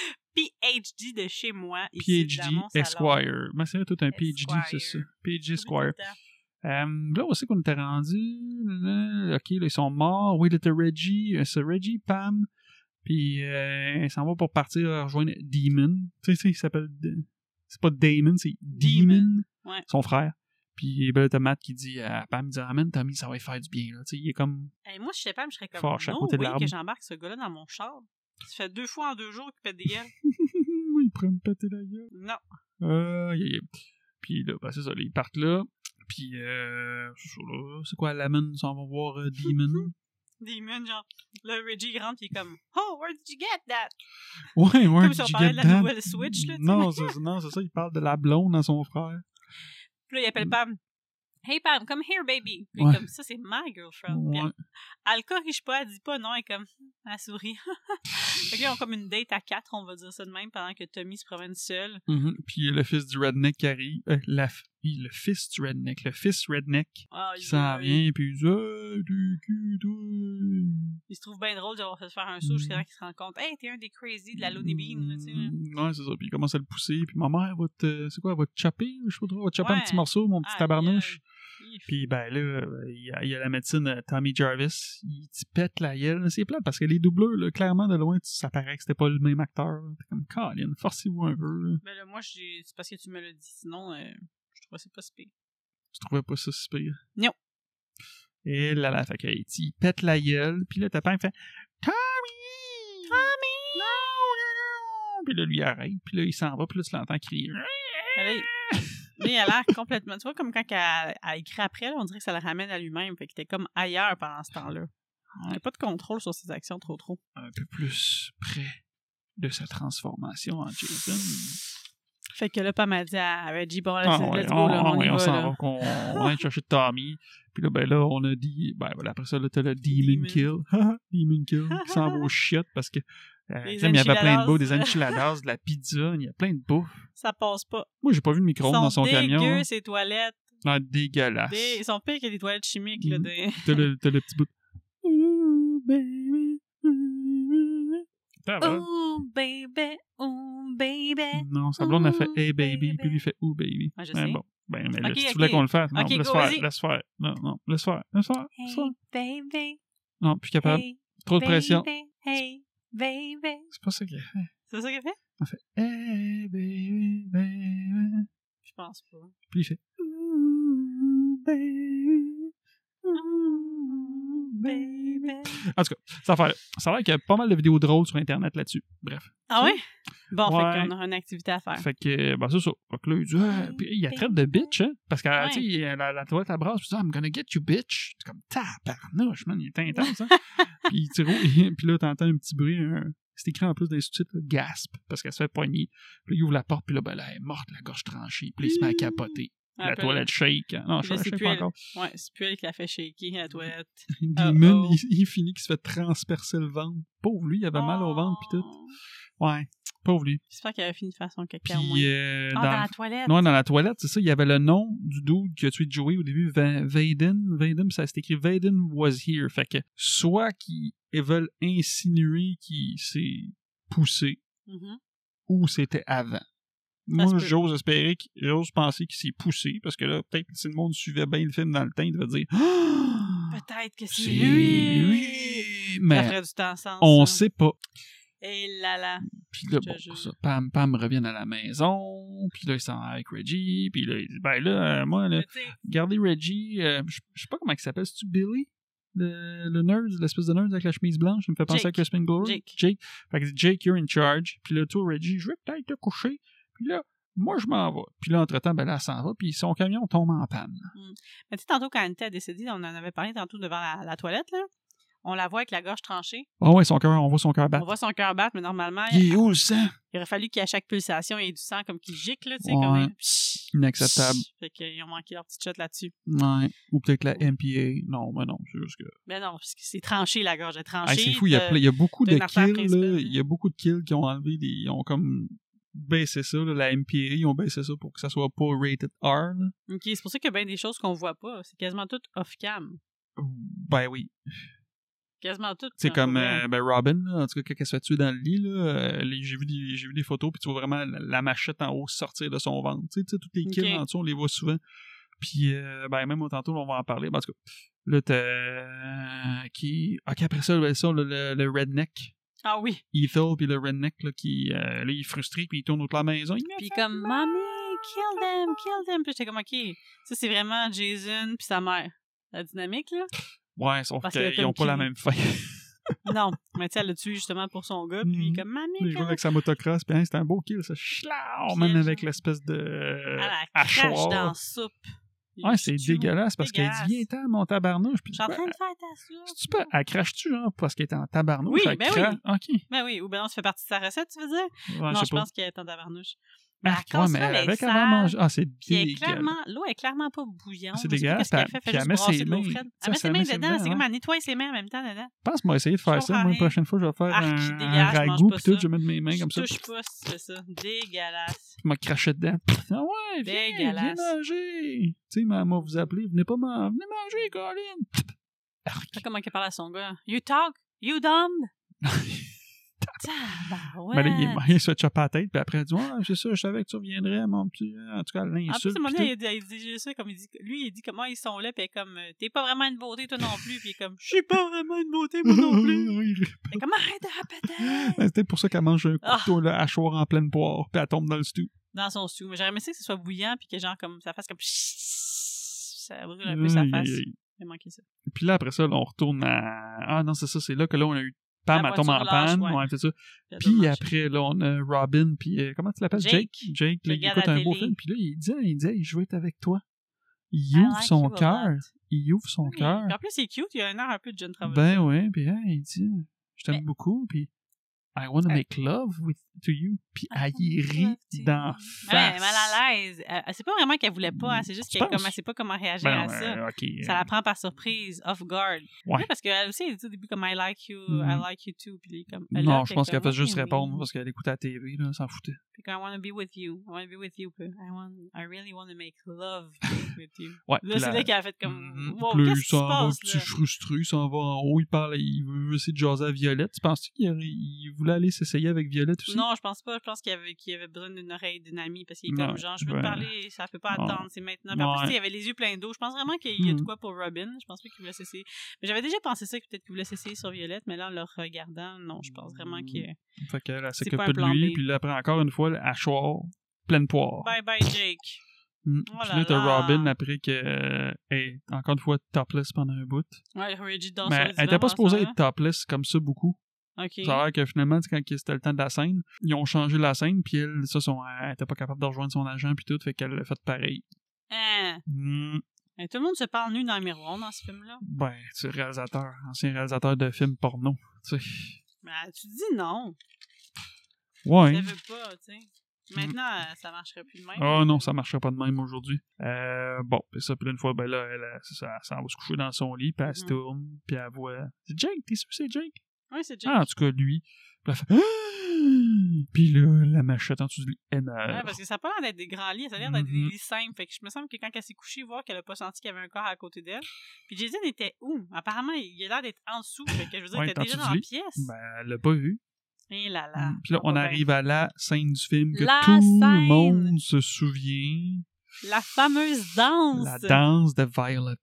PhD de chez moi. PhD Esquire. Mais c'est tout un PhD, c'est ça. PhD Esquire. Là, on sait qu'on était rendu. OK, là, ils sont morts. Oui, là, t'as Reggie. C'est Reggie, Pam. Puis, ils s'en vont pour partir rejoindre Demon. Tu sais, il s'appelle... C'est pas Damon, c'est Demon. Ouais. Son frère. Puis, ben là, t'as Matt qui dit à Pam, il dit, amène Tommy, ça va lui faire du bien, là. Tu sais, il est comme... Hey, moi, je sais pas, mais je serais comme... Fâche à côté de l'arbre. que j'embarque ce gars-là dans mon char. Ça fait 2 fois en 2 jours qu'il pète des gueules. Il pourrait me péter la gueule. Non. Puis là, ben, c'est ça, là, ils partent là. Puis, c'est quoi, Lamon, s'en va voir Demon. Demon, genre, là, Reggie rentre, pis il est comme, oh, where did you get that? Ouais, where did si on you parlait get de la that? nouvelle Switch, là, non, c'est ça, il parle de la blonde à son frère. Puis là, il appelle Pam. Hey Pam, come here, baby. Puis comme ça, c'est my girlfriend. Ouais. Elle le corrige pas, elle dit pas non, elle est comme, elle sourit. Fait que là, ils ont comme une date à 4, on va dire ça de même, pendant que Tommy se promène seul. Puis le fils du redneck qui arrive. Le fils du redneck. Le fils redneck qui s'en vient, puis il dit t'es qui, toi? Il se trouve bien drôle d'avoir fait faire un saut jusqu'à là qu'il se rend compte, hey, t'es un des crazy de la Looney Bean, tu sais. Ouais, c'est ça. Puis il commence à le pousser, puis ma mère va te. C'est quoi, elle va te chopper? Je sais pas trop, elle va te chopper un petit morceau, mon petit tabarnouche. Puis ben là, il y a la médecine Tommy Jarvis, il te pète la gueule. C'est plate parce que les doubleurs, là, clairement de loin, ça paraît que c'était pas le même acteur. T'es comme, Colin, forcez-vous un peu. Là. Ben là, moi, c'est parce que tu me l'as dit, sinon, je trouvais ça pas si pire. Tu trouvais pas ça si pire? Non. Et là, fait qu'il pète la gueule, puis là, ta père fait Tommy! Tommy! Non! Puis là, lui, il arrête, puis là, il s'en va, puis là, tu l'entends crier. Là, il a l'air complètement... Tu vois, comme quand elle écrit après, là, on dirait que ça le ramène à lui-même. Fait qu'il était comme ailleurs pendant ce temps-là. Il n'y a pas de contrôle sur ses actions trop. Un peu plus près de sa transformation en Jason. Fait que là, Pam a dit à Reggie, bon, là, let's go, là, on s'en va, on va chercher Tommy. Puis là, ben là, on a dit... Ben voilà, après ça, là, t'as le Demon Kill. Demon Kill, qui s'en va au shit, parce que... il y avait plein de bouffe, des enchiladas, de la pizza, il y a plein de bouffe. Ça passe pas. Moi, j'ai pas vu le micro dans son camion. Ils sont dégueux, ces toilettes. Non, dégueulasse. Ils sont pires que des toilettes chimiques, là. T'as le petit bout de... Ooh, baby. Ooh, baby. Ooh, baby. Non, sa blonde a fait Hey, baby, puis lui fait Ooh, baby. Ah, je sais. Bon. Ben, mais là, si tu voulais qu'on le fasse, non, laisse faire. Non, laisse faire. Hey, baby. Non, plus capable. Hey, trop de pression. Hey, baby. C'est pas ça qu'elle fait. C'est ça qu'elle fait? Elle fait Hey, baby, baby. Je pense pas. Puis il fait Ooh, baby. Ooh, baby. En tout cas, ça a l'air qu'il y a pas mal de vidéos drôles sur Internet là-dessus. Bref. Ah ouais? Bon, fait qu'on aura une activité à faire. Fait que, ben, c'est ça. Fait que là, il dit, puis il la traite de bitch, hein. Parce que, tu sais, la toilette à brasse, puis ça, I'm gonna get you, bitch. C'est comme, tabarnouche, man, il est intense, hein. Puis là, t'entends un petit bruit, c'est écrit en plus dans les sous-titres, gasp, parce qu'elle se fait poigner. Puis là, il ouvre la porte, puis là, ben, elle est morte, la gorge tranchée. Puis là, il se met à capoter. La toilette shake. Non, je sais pas encore. Ouais, c'est plus elle qui l'a fait shaker, la toilette. Demon, il finit qu'il se fait transpercer le ventre. Pauvre lui, il avait mal au ventre, pis tout. Ouais, pauvre lui. J'espère qu'il avait fini de faire son caca au moins. Dans la toilette. Non, dans la toilette, c'est ça. Il y avait le nom du dude qui a tué Joey au début, Vaden, ça s'est écrit Vaden was here. Fait que soit qu'ils veulent insinuer qu'il s'est poussé, ou c'était avant. moi, j'ose penser qu'il s'est poussé, parce que là, peut-être que si le monde suivait bien le film dans le temps, il devait dire peut-être que c'est lui. Mais Ça ferait du temps sens, on ça. sait pas. Et là. Puis là, Je bon, te jure. ça, Pam revient à la maison, puis là, il s'en va avec Reggie, puis là, il dit, ben là, moi, là, Mais tu sais, regardez Reggie, je sais pas comment il s'appelle, c'est-tu Billy? Le nerd, l'espèce de nerd avec la chemise blanche, il me fait penser à Crispin Glover. Jake. Fait que Jake, you're in charge. Puis là, toi, Reggie, je vais peut-être te coucher. Puis là, moi, je m'en vais. Puis là, entre-temps, ben là, elle s'en va, puis son camion tombe en panne. Mais tu sais, tantôt, quand Anita a décédé, on en avait parlé tantôt devant la toilette, là. On la voit avec la gorge tranchée. Ah ouais, on voit son cœur battre. On voit son cœur battre, mais normalement, il est où le sang? il aurait fallu qu'à chaque pulsation, il y ait du sang comme qui gicle, là, tu sais, Ouais. comme... Inacceptable. Fait qu'ils ont manqué leur petite shot là-dessus. Ouais. Ou peut-être la MPA. Non, mais non, c'est juste que... Mais non, parce que c'est tranché, la gorge est tranchée. Hey, c'est fou, il y a beaucoup de une artère kills, principale, là. Il y a beaucoup de kills qui ont enlevé ils ont comme baissé ça, là. La MPA, ils ont baissé ça pour que ça soit pas rated R, là. OK, c'est pour ça qu'il y a bien des choses qu'on voit pas. C'est quasiment tout off-cam. Ben oui. Quasiment tout. C'est comme ben, Robin, là, en tout cas, quand elle se fait tuer dans le lit, là, j'ai vu des photos, puis tu vois vraiment la machette en haut sortir de son ventre. Tu sais, toutes les kills en dessous, on les voit souvent. Puis, ben, même tantôt, on va en parler. Ben, en tout cas, là, t'as... OK, après ça, le redneck. Ah oui. Ethel, puis le redneck, là, là, il est frustré, puis il tourne autour de la maison. Puis comme, Mommy, kill them. Puis j'étais comme, OK, ça, c'est vraiment Jason puis sa mère. La dynamique, là. Ouais, sauf parce qu'ils n'ont pas la même fin. Non, mais tu sais, elle l'a tué justement pour son gars, puis comme, Mamie, il joue avec sa motocross, puis c'était un beau kill, ça chlau, même avec l'espèce de hachoir. Dans la soupe. Ouais, c'est dégueulasse, parce qu'elle dit, viens-t'en, mon tabarnouche. Je suis en train de faire ta soupe. Tu peux, elle crache-tu, genre, parce qu'elle est en tabarnouche? Oui, ben oui. OK. Ben oui, ou ben non, ça fait partie de sa recette, tu veux dire? Ouais, non, je pense qu'elle est en tabarnouche. Mais avec avant manger. Ah, c'est dégueulasse. L'eau est clairement pas bouillante. C'est dégueulasse. Puis elle met ses mains. Elle met ses mains dedans. C'est comme elle nettoie ses mains en même temps dedans. Je pense que moi, essayer de faire ça. Moi, la prochaine fois, je vais faire un ragoût, puis tout, je vais mettre mes mains comme ça. Je touche pas si tu fais ça. Dégueulasse. Je me crachais dedans. Ah ouais, viens manger. Tu sais, maman vous appelez, venez manger, Colin. Comment qu'elle parle à son gars? You talk? You dumb? Ouais. Mais là, il se fait chopper la tête, puis après, il dit, ouais, c'est ça, je savais que tu reviendrais, mon petit. En tout cas, l'insulte. En plus, il dit ça, comme il dit, lui, il dit comment ils sont là, puis comme, t'es pas vraiment une beauté, toi non plus, puis comme, je suis pas vraiment une beauté, moi non plus. Mais comme, arrête de répéter. C'est peut-être pour ça qu'elle mange un couteau, là, hachoir en pleine poire, puis elle tombe dans le stew. Dans son stew. Mais j'aurais aimé ça que ce soit bouillant, puis que genre, comme, ça fasse comme, ça brûle un peu sa face. J'ai manqué ça. Et puis là, après ça, là, on retourne à. Ah non, c'est ça, c'est là que là, on a eu. Pam, elle tombe en panne. Ouais, c'est ça. Puis après, là, on a Robin, puis comment tu l'appelles? Jake, là, il écoute un beau film, puis là, il dit, hey, je veux être avec toi. Il ouvre son cœur. Il ouvre son cœur. En plus, c'est cute, il a un air un peu de John Travolta. Ben ouais, puis il dit, je t'aime beaucoup, puis I want to make love to you. Puis elle y rit d'en face. Elle est mal à l'aise. C'est pas vraiment qu'elle voulait pas, c'est juste qu'elle sait pas comment réagir à ça. Ça la prend par surprise, off guard. Ouais. Parce qu'elle aussi, elle dit au début comme I like you too. Puis comme, non, je pense qu'elle fait juste répondre parce qu'elle écoutait la TV, là, elle s'en foutait. Puis comme I want to be with you. I really want to make love with you. Ouais. Là, c'est là qu'elle a fait comme, wow, qu'est-ce qui se passe, petit frustré, il s'en va en haut, il veut essayer de jaser à Violette. Tu penses-tu qu'il voulait aller s'essayer avec Violette aussi? Non, je pense pas. Je pense qu'il avait besoin d'une oreille d'une amie parce qu'il est comme genre, je veux te parler, ça peut pas attendre, c'est maintenant. Puis en plus, il avait les yeux pleins d'eau. Je pense vraiment qu'il y a de quoi pour Robin. Je pense pas qu'il voulait s'essayer. Mais j'avais déjà pensé ça, que peut-être qu'il voulait s'essayer sur Violette, mais là, en le regardant, non, je pense vraiment qu'il. Fait qu'elle s'occupe de lui, puis là, après, encore une fois, hachoir, pleine poire. Bye bye, Jake. Puis là, t'as Robin après que encore une fois topless pendant un bout. Ouais, Reggie danse. Mais elle était pas supposée être topless comme ça beaucoup. Okay. Ça a l'air que finalement, quand c'était le temps de la scène, ils ont changé la scène, puis elle était pas capable de rejoindre son agent, puis tout, fait qu'elle a fait pareil. Et tout le monde se parle nu dans le miroir dans ce film-là. Ben, tu es ancien réalisateur de films porno, tu sais. Mais tu dis non. Ouais. Ça veut pas, tu sais. Maintenant, ça marcherait plus de même. Ah non, ça marcherait pas de même aujourd'hui. Bon, puis ça, puis une fois, ben là, elle s'en va se coucher dans son lit, puis elle se tourne, puis elle voit... C'est Jake, t'es sûr que c'est Jake? Oui, c'est Jake. Ah, en tout cas, lui. Puis elle fait... Puis là, la machette en dessous du lit, elle meurt. Ouais, parce que ça n'a pas l'air d'être des grands lits, ça a l'air d'être des lits simples. Fait que je me semble que quand elle s'est couchée, voir qu'elle a pas senti qu'il y avait un corps à côté d'elle. Puis Jason était où? Apparemment, il a l'air d'être en dessous. Fait que je veux dire, il était déjà dans la pièce. Ben, elle l'a pas vu. Et là là. Puis là, on arrive à la scène du film que La tout le scène! monde se souvient. La fameuse danse! La danse de Violet.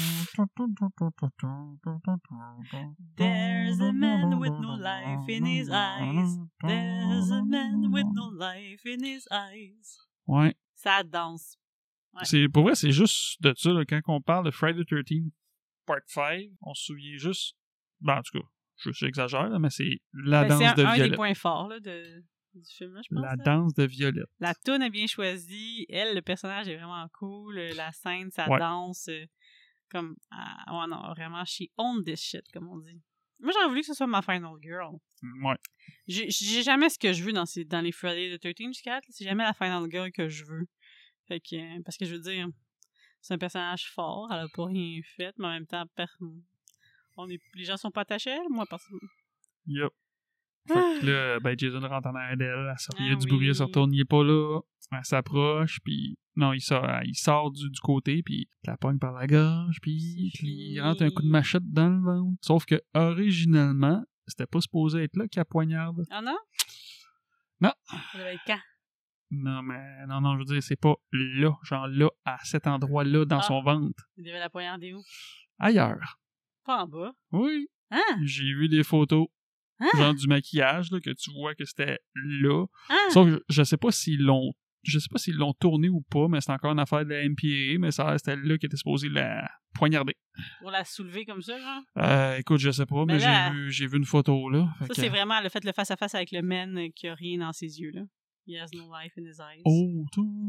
There's a man with no life in his eyes. There's a man with no life in his eyes. Ouais. Ça danse. Ouais. Pour vrai, c'est juste de ça, là, quand on parle de Friday the 13th Part 5, on se souvient juste... Ben, en tout cas, j'exagère, là, mais c'est la danse de Violette. C'est un des points forts là, du film, là, je pense. La danse de Violette. La toune est bien choisie. Elle, le personnage est vraiment cool. La scène, ça danse. Comme... ouais, non, vraiment, she owned this shit, comme on dit. Moi, j'aurais voulu que ce soit ma final girl. Ouais. J'ai jamais ce que je veux dans les Friday the 13th Cat. C'est jamais la final girl que je veux. Fait que, parce que je veux dire, c'est un personnage fort, elle a pas rien fait, mais en même temps, les gens sont pas attachés à elle, moi, personnellement. Yup. Fait que là, ben, Jason rentre en arrière d'elle, il y a du bruit, elle se retourne, il est pas là, elle s'approche, puis non, il sort du côté, puis il la pogne par la gorge, puis il rentre un coup de machette dans le ventre. Sauf que, originalement, c'était pas supposé être là qu'il la poignarde. Ah non? Non. Ça devait être quand? Non, je veux dire, c'est pas là, genre là, à cet endroit-là, dans son ventre. Il devait la poignarder où? Ailleurs. Pas en bas? Oui. Ah! J'ai vu des photos, genre du maquillage, là, que tu vois que c'était là. Sauf que je sais pas s'ils l'ont tourné ou pas, mais c'est encore une affaire de la MPAA, mais ça c'était là qui était supposé la poignarder. Pour la soulever comme ça, genre? Écoute, je sais pas, mais j'ai vu une photo, là. Ça, c'est vraiment, elle a fait le face-à-face avec le man qui a rien dans ses yeux, là. He has no life in his eyes. Oh!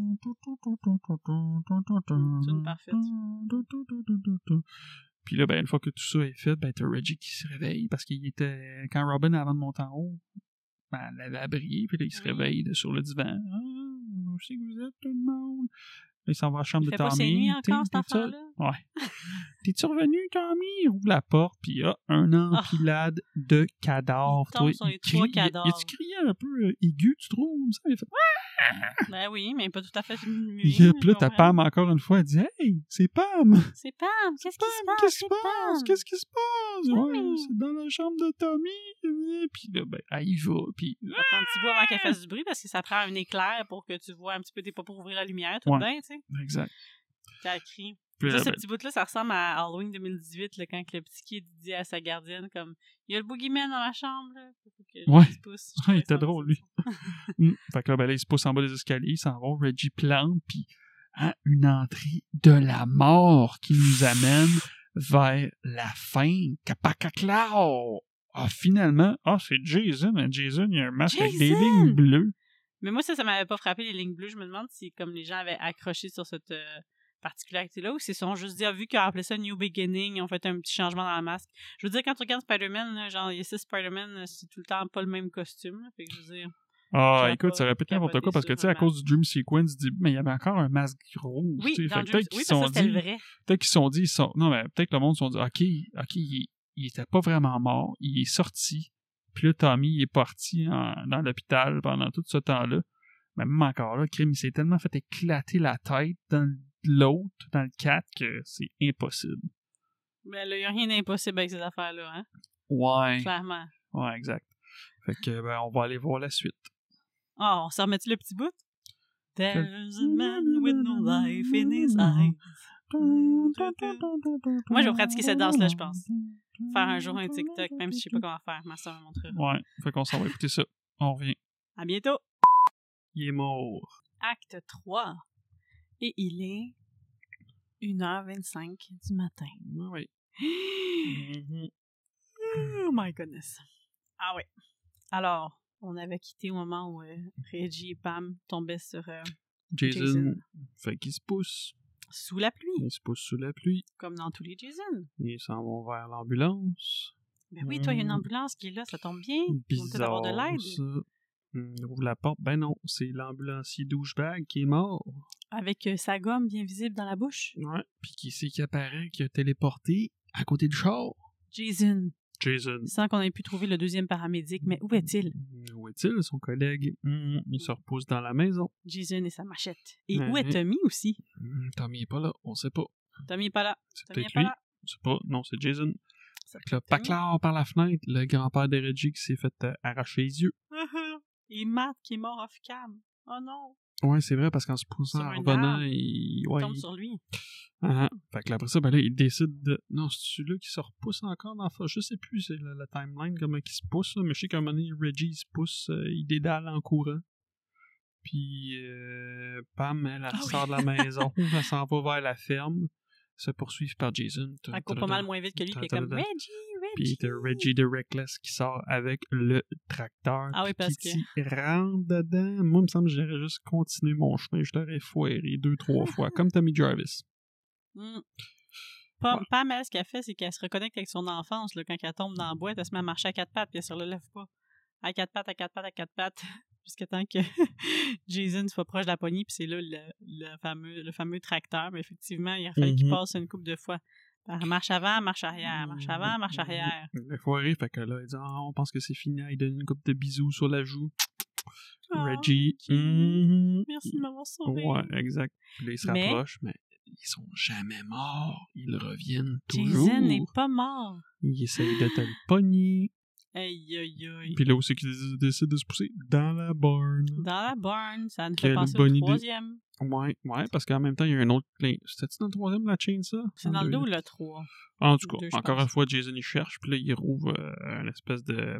C'est une parfaite. Puis là, ben, une fois que tout ça est fait, ben, t'as Reggie qui se réveille parce qu'il était... Quand Robin, avant de monter en haut, ben, elle avait brillé, puis là, il se réveille sur le divan. Ah, je sais que vous êtes tout le monde. Là, il s'en va à la chambre de Tommy. Il fait pas ses nuits encore, cet enfant-là? Ouais. T'es-tu revenu, Tommy? Il ouvre la porte, puis il y a un empilade de cadavres. Il tombe sur les 3 cadavres. Il a-tu crié un peu aigu, tu trouves? Ça, il fait... Ben oui, mais pas tout à fait muet. Puis là, ta Pam, encore une fois, elle dit « Hey, c'est Pam! » C'est Pam! Qu'est-ce qui se passe? Qu'est-ce qui se passe? Ouais, c'est dans la chambre de Tommy. Puis là, ben, elle y va. Puis... Ça prend un petit bout avant qu'elle fasse du bruit parce que ça prend un éclair pour que tu vois un petit peu, t'es pas pour ouvrir la lumière, tout bien, tu sais. Exact. T'as écrit. Puis ça, là, ce petit bout-là, ça ressemble à Halloween 2018, là, quand le petit kid dit à sa gardienne, comme, il y a le boogeyman dans ma chambre, là. Ouais. Il se pousse. Il était drôle, lui. Fait que là, ben là, il se pousse en bas des escaliers, il s'en va, Reggie plante, puis une entrée de la mort qui nous amène vers la fin. Capacaclao! Ah, finalement, c'est Jason. Jason, il a un masque avec des lignes bleues. Mais moi, ça m'avait pas frappé, les lignes bleues. Je me demande si, comme les gens avaient accroché sur cette particularité-là, ou s'ils sont juste dit, vu qu'ils ont appelé ça New Beginning, ils ont fait un petit changement dans la masque. Je veux dire, quand tu regardes Spider-Man, là, genre, il y a 6 Spider-Man, c'est tout le temps pas le même costume. Là, fait que je veux dire... écoute, ça répète n'importe quoi, parce que, tu sais, à cause du Dream Sequence, mais il y avait encore un masque rouge. Oui, fait, parce que c'était le vrai. Peut-être qu'ils se sont dit, non, mais peut-être que le monde se sont dit, OK, il était pas vraiment mort, il est sorti, puis là, Tommy, il est parti dans l'hôpital pendant tout ce temps-là. Mais même encore là, Crime, il s'est tellement fait éclater la tête dans l'autre, dans le 4, que c'est impossible. Mais là, il n'y a rien d'impossible avec ces affaires-là, hein? Ouais. Clairement. Ouais, exact. Fait que, ben, on va aller voir la suite. On s'en remet-tu le petit bout? There's a man with no life in his eyes. Moi, je vais pratiquer cette danse-là, je pense. Faire un jour un TikTok, même si je sais pas comment faire. Ma soeur me montrera. Ouais, fait qu'on s'en va écouter ça. On revient. À bientôt! Il est mort. Acte 3. Et il est 1h25 du matin. Oui. Oh my goodness. Ah ouais. Alors, on avait quitté au moment où Reggie et Pam tombaient sur Jason. Fait qu'il se pousse. Sous la pluie. Il se pousse sous la pluie. Comme dans tous les Jason. Ils s'en vont vers l'ambulance. Ben oui, toi, il y a une ambulance qui est là, ça tombe bien. Bizarre, on peut avoir de l'aide. Ça. Il ouvre la porte. Ben non, c'est l'ambulancier douchebag qui est mort. Avec sa gomme bien visible dans la bouche. Ouais. Puis qui c'est qui apparaît, qui a téléporté à côté du char? Jason. Jason. Sans qu'on ait pu trouver le deuxième paramédic, mais où est-il? Où est-il, son collègue? Il se repose dans la maison. Jason et sa machette. Et où est Tommy aussi? Tommy est pas là, on sait pas. Tommy est pas là. C'est peut-être lui. On sait pas. Non, c'est Jason. Ça Fait que là, peut être Paclar par la fenêtre, le grand-père de Reggie qui s'est fait arracher les yeux. Et Matt qui est mort off-cam. Oh non! Ouais, c'est vrai, parce qu'en se poussant, Sur en un revenant, arbre. il Tombe sur lui. Fait que là, après ça, ben là, il décide de... Non, c'est celui-là qui se repousse encore dans la... Je sais plus, c'est la timeline, comment il se pousse, là, mais je sais qu'à un moment donné, Reggie, il se pousse, il dédale en courant. Puis, Pam, elle sort de la maison, elle s'en va vers la ferme, se poursuivre par Jason. Elle court pas mal moins vite que lui, puis elle est comme Reggie! Puis t'as Reggie the Reckless qui sort avec le tracteur. Ah oui, parce Kitty rentre dedans. Moi, il me semble que j'aurais juste continué mon chemin. Je t'aurais foiré 2-3 fois, comme Tommy Jarvis. Pam, elle, ce qu'elle fait, c'est qu'elle se reconnecte avec son enfance. Là, quand elle tombe dans la boîte, elle se met à marcher à 4 pattes, puis elle se relève pas. À 4 pattes, à 4 pattes, à 4 pattes. Jusqu'à temps que Jason soit proche de la poignée, puis c'est là le fameux tracteur. Mais effectivement, il a fallu qu'il passe une couple de fois. Marche avant, marche arrière, marche avant, marche arrière. Le foiré, fait que là, il dit on pense que c'est fini. Il donne une couple de bisous sur la joue. Reggie. Merci de m'avoir sauvé. Ouais, exact. Puis là, il se rapproche, mais ils sont jamais morts. Ils reviennent toujours. Jason n'est pas mort. Il essaye de te le pogner. Aïe, aïe, aïe. Puis là aussi qu'il décide de se pousser dans la barn. Dans la barn, ça nous fait penser au troisième. Ouais, parce qu'en même temps, il y a un autre... C'était-tu dans le troisième, la chain, ça? C'est dans le 2 ou le 3? En tout cas, encore une fois, Jason, il cherche, puis là, il rouvre une espèce de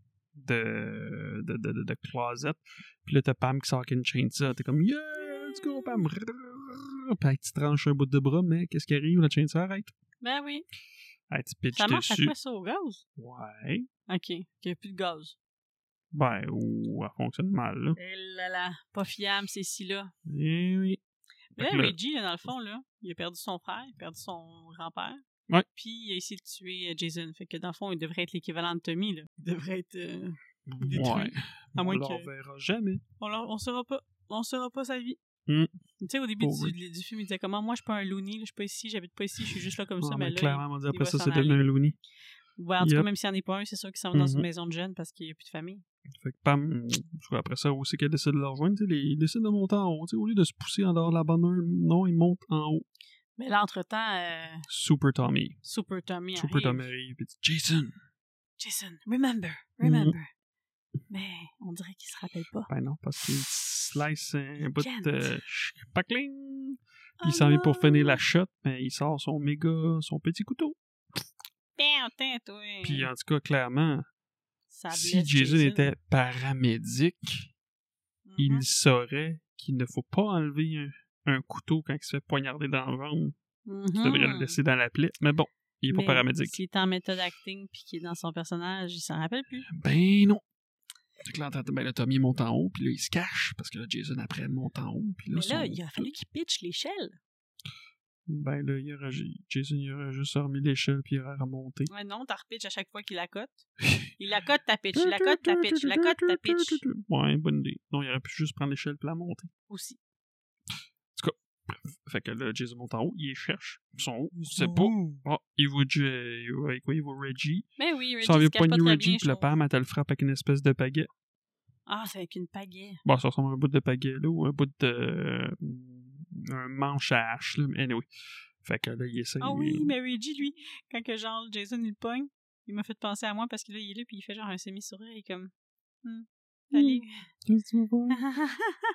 closet. Puis là, t'as Pam qui sort avec une chainsaw. T'es comme, yeah, let's go, Pam. Puis elle te tranche un bout de bras, mais qu'est-ce qui arrive? La chainsaw arrête. Ben oui. Elle te pitch ça marche dessus. à quoi ça, au gaz? Ouais. Ok, il n'y a plus de gaz. Ben, ou elle fonctionne mal, là. Eh là là, pas fiable, ces ci-là. Eh oui. Mais là, Reggie, là, dans le fond, là, il a perdu son frère, il a perdu son grand-père. Ouais. Puis il a essayé de tuer Jason. Fait que dans le fond, il devrait être l'équivalent de Tommy, là. Il devrait être détruit. Ouais. À moins on le verra jamais. On saura pas. On saura pas sa vie. Tu sais, au début du film, il disait comment moi, je suis pas un loony, là, je suis pas ici, j'habite pas ici, je suis juste là comme ça. Mais là, clairement, on dit après ça, c'est devenu un loony. Ouais, en tout cas, même s'il n'y en est pas un, c'est sûr qu'il s'en va dans une maison de jeunes parce qu'il n'y a plus de famille. Fait que Pam, après ça aussi qu'elle décide de le rejoindre, il décide de monter en haut. Au lieu de se pousser en dehors de la bonheur, non, il monte en haut. Mais là, entre-temps... Super Tommy arrive. Il dit Jason, remember. Mais on dirait qu'il se rappelle pas. Ben non, parce qu'il slice un bout de pacling. Il s'en vient pour finir la shot, mais il sort son petit couteau. Puis en tout cas, clairement, si Jason était paramédic, il saurait qu'il ne faut pas enlever un couteau quand il se fait poignarder dans le ventre. Tu devrais le laisser dans la plaie. Mais bon, il est pas paramédic. S'il est en méthode acting puis qu'il est dans son personnage, il s'en rappelle plus. Ben non. Fait que là, Tommy monte en haut, puis là, il se cache, parce que là, Jason, après, monte en haut. Puis là, mais là, il a fallu qu'il pitche l'échelle. Ben là, Jason, il aurait juste remis l'échelle, puis il aurait remonté. Ouais, non, t'as repitch à chaque fois qu'il la cote. Il la cote, t'as pitch. Il la cote, t'as pitch. Il la cote, t'as pitch. Ouais, bonne idée. Non, il aurait pu juste prendre l'échelle, puis la monter. Aussi. En tout cas, fait que là, Jason monte en haut, il les cherche. Ils sont hauts, c'est pas. Oh, il voit Reggie. Mais oui, Reggie ça se cache pas très Reggie, bien, puis le Pam, elle le frappe avec une espèce de pagaie. Ah, c'est avec une pagaie. Bon, ça ressemble à un bout de pagaie, là, ou un bout de... un manche à hache, là. Mais anyway. Fait que là, il essaie... Ah oui, mais Reggie, lui, quand que genre Jason, il le pogne, il m'a fait penser à moi parce que là, il est là, puis il fait genre un semi-sourire, et comme... Salut. Qu'est-ce que tu veux faire?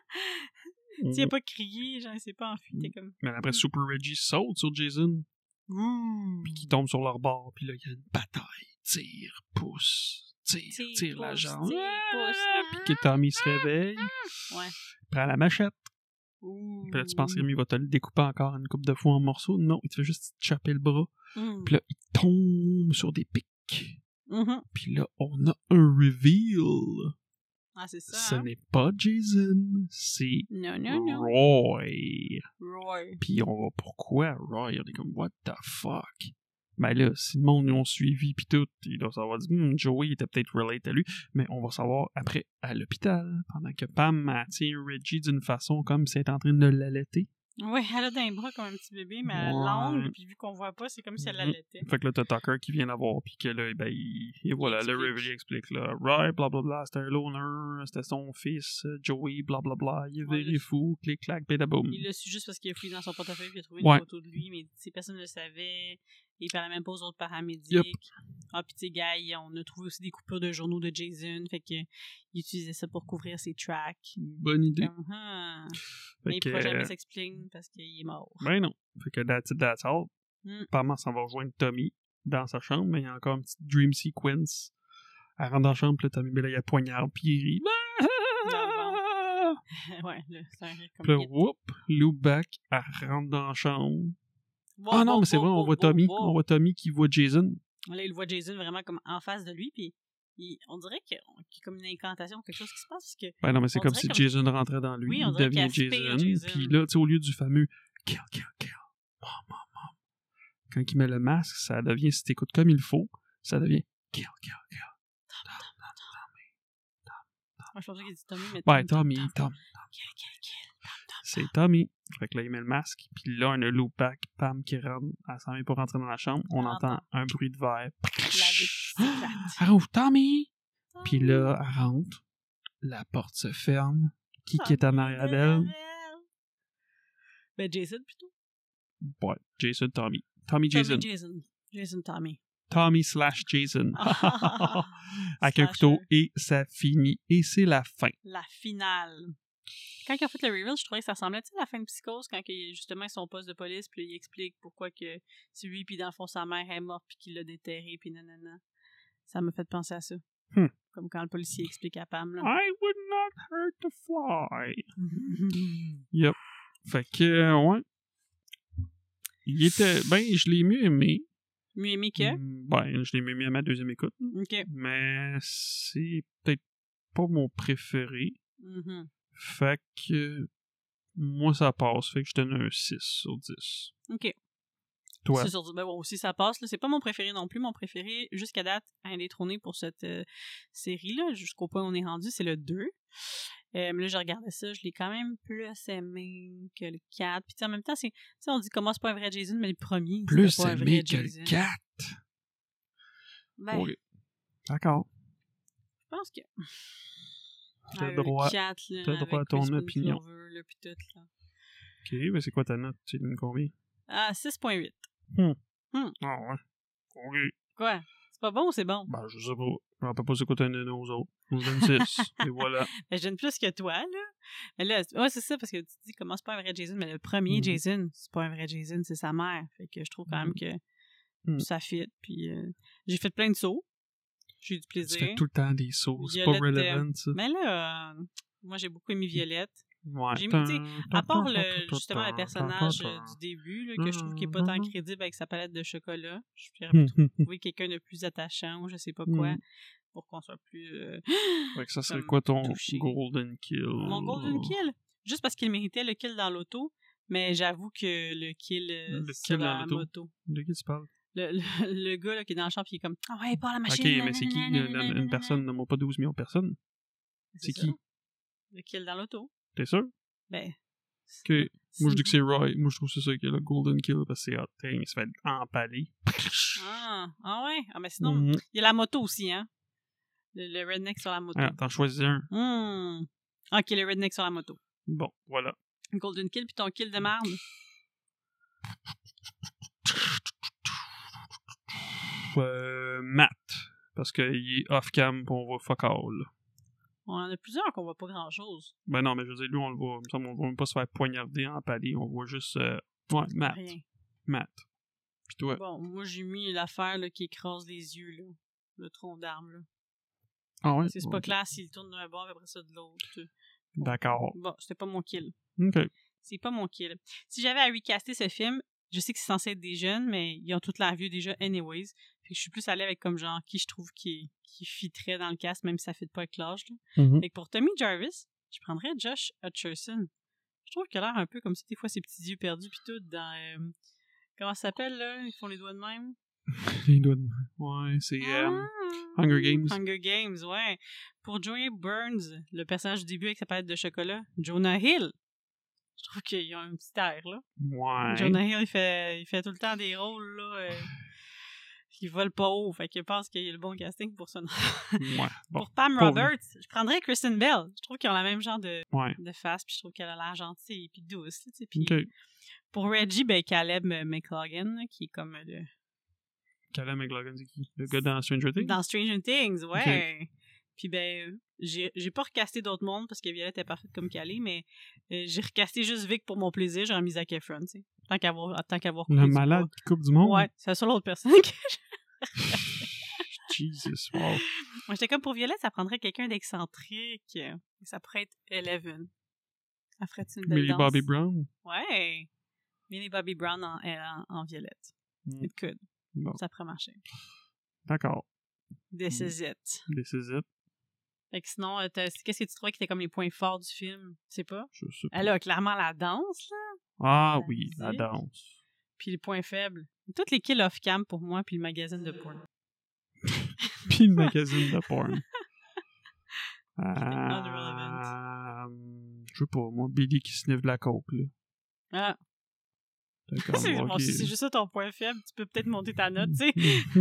Tu sais, pas crié, genre, il s'est pas enfui, t'es comme... Mais après, Super Reggie saute sur Jason. Puis qui tombe sur leur bord, puis là, il y a une bataille. Tire, pousse, tire la jambe. Puis que Tommy se réveille. Ouais. Prend la machette. Ouh. Puis là, tu penses que il va te le découper encore une couple de fois en morceaux. Non, il te fait juste chopper le bras. Puis là, il tombe sur des pics. Puis là, on a un reveal. Ah, c'est ça. Ce n'est pas Jason, c'est non. Roy. Puis on va pourquoi Roy? On est comme, what the fuck? Ben là, si le monde nous a suivi pis tout, il doit savoir dire, Joey était peut-être relate à lui, mais on va savoir après à l'hôpital, pendant que Pam tient Reggie d'une façon comme si elle était en train de l'allaiter. Oui, elle a d'un bras comme un petit bébé, mais elle longue, puis vu qu'on voit pas, c'est comme si elle l'allaitait. Fait que là, t'as Tucker qui vient la voir, puis que là, ben, et voilà, le reveal explique, là, Roy, blablabla, c'était un loner, c'était son fils, Joey, blablabla, il est very fou, clic-clac, pédaboum. Il l'a su juste parce qu'il a fouillé dans son portefeuille, puis il a trouvé une photo de lui, mais personne ne le savait. Il parlait même pas aux autres paramédics. Yep. Ah, puis tu sais, gars, on a trouvé aussi des coupures de journaux de Jason. Fait que il utilisait ça pour couvrir ses tracks. Bonne idée. Mais il pourra jamais s'expliquer parce qu'il est mort. Ben non. Fait que that's all. Apparemment, ça va rejoindre Tommy dans sa chambre, mais il y a encore une petite dream sequence. Elle rentre dans la chambre, puis là, Tommy, ben là, il a poignard, puis il rit. Ouais, là, c'est un rire comme puis là, whoop, loop back, elle rentre dans la chambre. Non, mais c'est vrai, on voit Tommy. On voit Tommy qui voit Jason. Là, il voit Jason vraiment comme en face de lui, puis on dirait qu'il y a comme une incantation ou quelque chose qui se passe. Parce que ben non, mais c'est comme si Jason rentrait dans lui. Oui, il devient Jason. Puis là, tu sais, au lieu du fameux kill, kill, kill, mom. Quand il met le masque, ça devient, si t'écoutes comme il faut, ça devient kill, kill, kill. Moi, je pensais qu'il dit Tommy, mais ouais, Tommy. Kill. C'est Tommy. Fait que là, il met le masque. Puis là, on a loop back, Pam qui rentre. Elle s'en vient pour rentrer dans la chambre. On entend un bruit de verre. Elle ouvre Tommy. Puis là, elle rentre. La porte se ferme. Qui est en arrière d'elle? Ben, Jason, plutôt. Ouais, Jason, Tommy. Tommy, Jason. Jason, Tommy. Tommy / Jason. Avec un couteau. Et ça finit. Et c'est la fin. La finale. Quand ils ont fait le reveal, je trouvais que ça ressemblait à la fin de Psychose, quand justement ils sont au poste de police, puis il explique pourquoi que c'est lui, puis dans le fond, sa mère est morte, puis qu'il l'a déterré, puis nanana. Ça m'a fait penser à ça. Comme quand le policier explique à Pam. Là. I would not hurt the fly. Yep. Fait que, ouais. Il était. Ben, je l'ai mieux aimé. Mieux aimé que? Ben, je l'ai mieux aimé à ma deuxième écoute. OK. Mais c'est peut-être pas mon préféré. Fait que moi, ça passe. Fait que je donne un 6 sur 10. OK. Toi? 6 sur 10. Ben bon, aussi, ça passe. Là. C'est pas mon préféré non plus. Mon préféré, jusqu'à date, indétrôné pour cette série-là, jusqu'au point où on est rendu, c'est le 2. Mais là, je regardais ça, je l'ai quand même plus aimé que le 4. Puis en même temps, on dit comment c'est pas un vrai Jason, mais le premier, plus c'est pas un aimé vrai que Jason. le 4. Ben, oui. D'accord. Je pense que... T'as droit, 4, là, t'as droit à ton opinion. Clover, là, puis tout, là. OK, mais c'est quoi ta note? Tu donnes combien? 6.8. Ah ouais. OK. Quoi? C'est pas bon ou c'est bon? Ben, je sais pas. Je me rappelle pas c'est quoi t'as donné aux autres. Je donne 6. Et voilà. Ben, je donne plus que toi, là. Mais là, ouais, c'est ça, parce que tu dis comment c'est pas un vrai Jason, mais le premier Jason, c'est pas un vrai Jason, c'est sa mère. Fait que je trouve quand même que ça fit. Puis j'ai fait plein de sauts. J'ai eu du plaisir. Tu fais tout le temps des sauts. C'est Violette, pas relevant, ça. Mais là, moi, j'ai beaucoup aimé Violette. Ouais. J'ai mis, à part justement le personnage du début, là, que je trouve qu'il n'est pas tant crédible avec sa palette de chocolat. J'aurais pu trouver quelqu'un de plus attachant ou je sais pas quoi pour qu'on soit plus. Fait que ça serait quoi ton touché. Golden Kill? Mon Golden Kill? Juste parce qu'il méritait le kill dans l'auto, mais j'avoue que le kill sur la moto. De qui tu parles? Le gars là, qui est dans le champ et qui est comme « Ah ouais, pas la machine! » Ok, mais c'est qui? Une personne, ne pas 12 millions de personnes. C'est qui? Le kill dans l'auto. T'es sûr? Ben... Ok. Moi, je dis que c'est Roy. Moi, je trouve que c'est ça qui est le Golden Kill parce que c'est hot. Il se fait empaler. Ah ouais? Ah, mais sinon, il y a la moto aussi, hein? Le redneck sur la moto. Ah, t'en choisis un. Ok, le redneck sur la moto. Bon, voilà. Golden Kill, puis ton kill de merde? Matt. Parce qu'il est off-cam pis on voit fuck all. On en a plusieurs qu'on voit pas grand-chose. Ben non, mais je veux dire, lui, on le voit. On va même pas se faire poignarder en palais. On voit juste... ouais, Matt. Rien. Matt. Pis toi? Bon, moi, j'ai mis l'affaire là, qui écrase les yeux, là. Le tronc d'arbre, là. Ah ouais? C'est pas clair s'il tourne d'un bord après ça de l'autre. Bon. D'accord. Bon, c'était pas mon kill. OK. C'est pas mon kill. Si j'avais à recaster ce film, je sais que c'est censé être des jeunes, mais ils ont toute l'air vieux déjà anyways. Fait que je suis plus allée avec comme genre qui je trouve qui fitterait dans le cast, même si ça fit pas avec l'âge. Fait que pour Tommy Jarvis, je prendrais Josh Hutcherson. Je trouve qu'il a l'air un peu comme si des fois ses petits yeux perdus pis tout dans... comment ça s'appelle, là? Ils font les doigts de même. Les doigts de même. Ouais, c'est Hunger Games. Hunger Games, ouais. Pour Joey Burns, le personnage du début avec sa palette de chocolat, Jonah Hill. Je trouve qu'il a un petit air, là. Ouais. Jonah Hill, il fait tout le temps des rôles, là, qui volent pas haut. Fait que je pense qu'il y a le bon casting pour ça. Ouais. Bon. Pour Pam Roberts, je prendrais Kristen Bell. Je trouve qu'ils ont le même genre de face, puis je trouve qu'elle a l'air gentille et douce. Puis pour Reggie, ben Caleb McLaughlin, qui est comme Callum McLaughlin, c'est qui? Le gars dans Stranger Things? Dans Stranger Things, ouais. Okay. Puis ben, j'ai pas recasté d'autres mondes parce que Violette est parfaite comme Calais, mais j'ai recasté juste Vic pour mon plaisir. J'ai remis Zac Efron, tu sais. Tant qu'à avoir le malade qui coupe du monde? Ouais, c'est la seule autre personne que Jesus, wow. Moi, j'étais comme pour Violette, ça prendrait quelqu'un d'excentrique. Ça pourrait être Eleven. Ça ferait-tu une belle Millie danse? Bobby Brown? Ouais. Millie Bobby Brown en Violette. It could. Bon. Ça pourrait marcher. D'accord. This is it. This is it. Fait que sinon, qu'est-ce que tu trouvais qui étaient comme les points forts du film? Tu sais pas? Je sais pas. Elle a clairement la danse, là. Ah oui, la danse. Puis les points faibles. Toutes les kills off-cam pour moi, puis le magazine de porn. Puis le magazine de porn. Je sais pas, moi, Billy qui sniffe de la coke, là. Ah. Si c'est juste ça ton point faible, tu peux peut-être monter ta note, tu sais.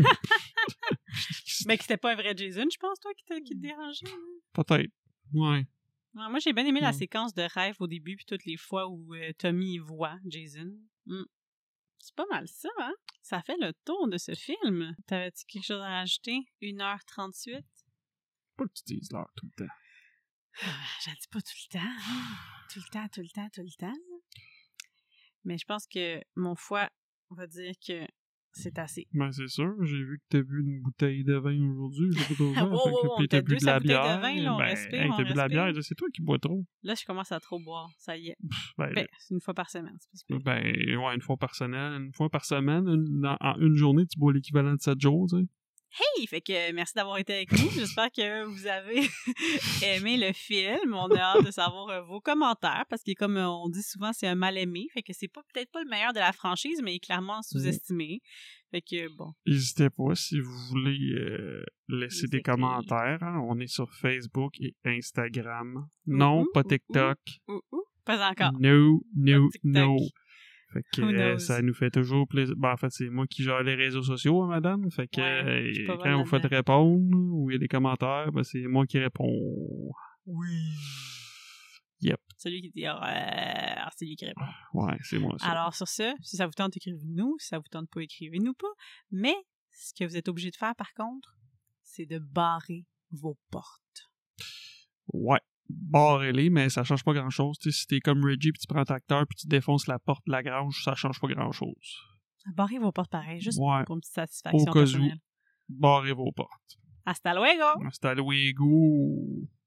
Mais que c'était pas un vrai Jason, je pense, toi, qui te dérangeait. Peut-être. Ouais. Non, moi, j'ai bien aimé la séquence de rêve au début, puis toutes les fois où Tommy voit Jason. C'est pas mal ça, hein? Ça fait le tour de ce film. T'avais-tu quelque chose à rajouter? 1h38? Pas que tu dises l'heure tout le temps. J'en dis pas tout le temps. Tout le temps. Mais je pense que mon foie va dire que c'est assez. Ben, c'est sûr. J'ai vu que t'as bu une bouteille de vin aujourd'hui. J'ai pas trop vin. Puis t'as bu de la bière. De vin, là, on respire, t'as bu de la bière. C'est toi qui bois trop. Là, je commence à trop boire. Ça y est. C'est une fois par semaine. Ouais, une fois par semaine. Une fois par semaine. En une journée, tu bois l'équivalent de 7 jours, tu sais. Hey! Fait que merci d'avoir été avec nous. J'espère que vous avez aimé le film. On a hâte de savoir vos commentaires parce que, comme on dit souvent, c'est un mal-aimé. Fait que c'est peut-être pas le meilleur de la franchise, mais il est clairement sous-estimé. Fait que, bon. N'hésitez pas si vous voulez laisser des commentaires. Hein. On est sur Facebook et Instagram. Non, pas TikTok. Pas encore. No. Fait que ça nous fait toujours plaisir. Ben, en fait, c'est moi qui gère les réseaux sociaux, hein, madame. Fait que quand vous faites répondre ou il y a des commentaires, ben, c'est moi qui réponds. Oui. Yep. Celui qui dit c'est lui qui répond. Ouais, c'est moi ça. Alors sur ce, si ça vous tente, écrivez-nous. Si ça vous tente pas, écrivez-nous pas. Mais ce que vous êtes obligé de faire par contre, c'est de barrer vos portes. Ouais. Barrez-les, mais ça change pas grand-chose. T'sais, si t'es comme Reggie puis tu prends un tracteur puis tu défonces la porte de la grange, ça change pas grand-chose. Barrez vos portes pareil, juste pour une petite satisfaction au cas personnelle. où, barrez vos portes. Hasta luego! Hasta luego!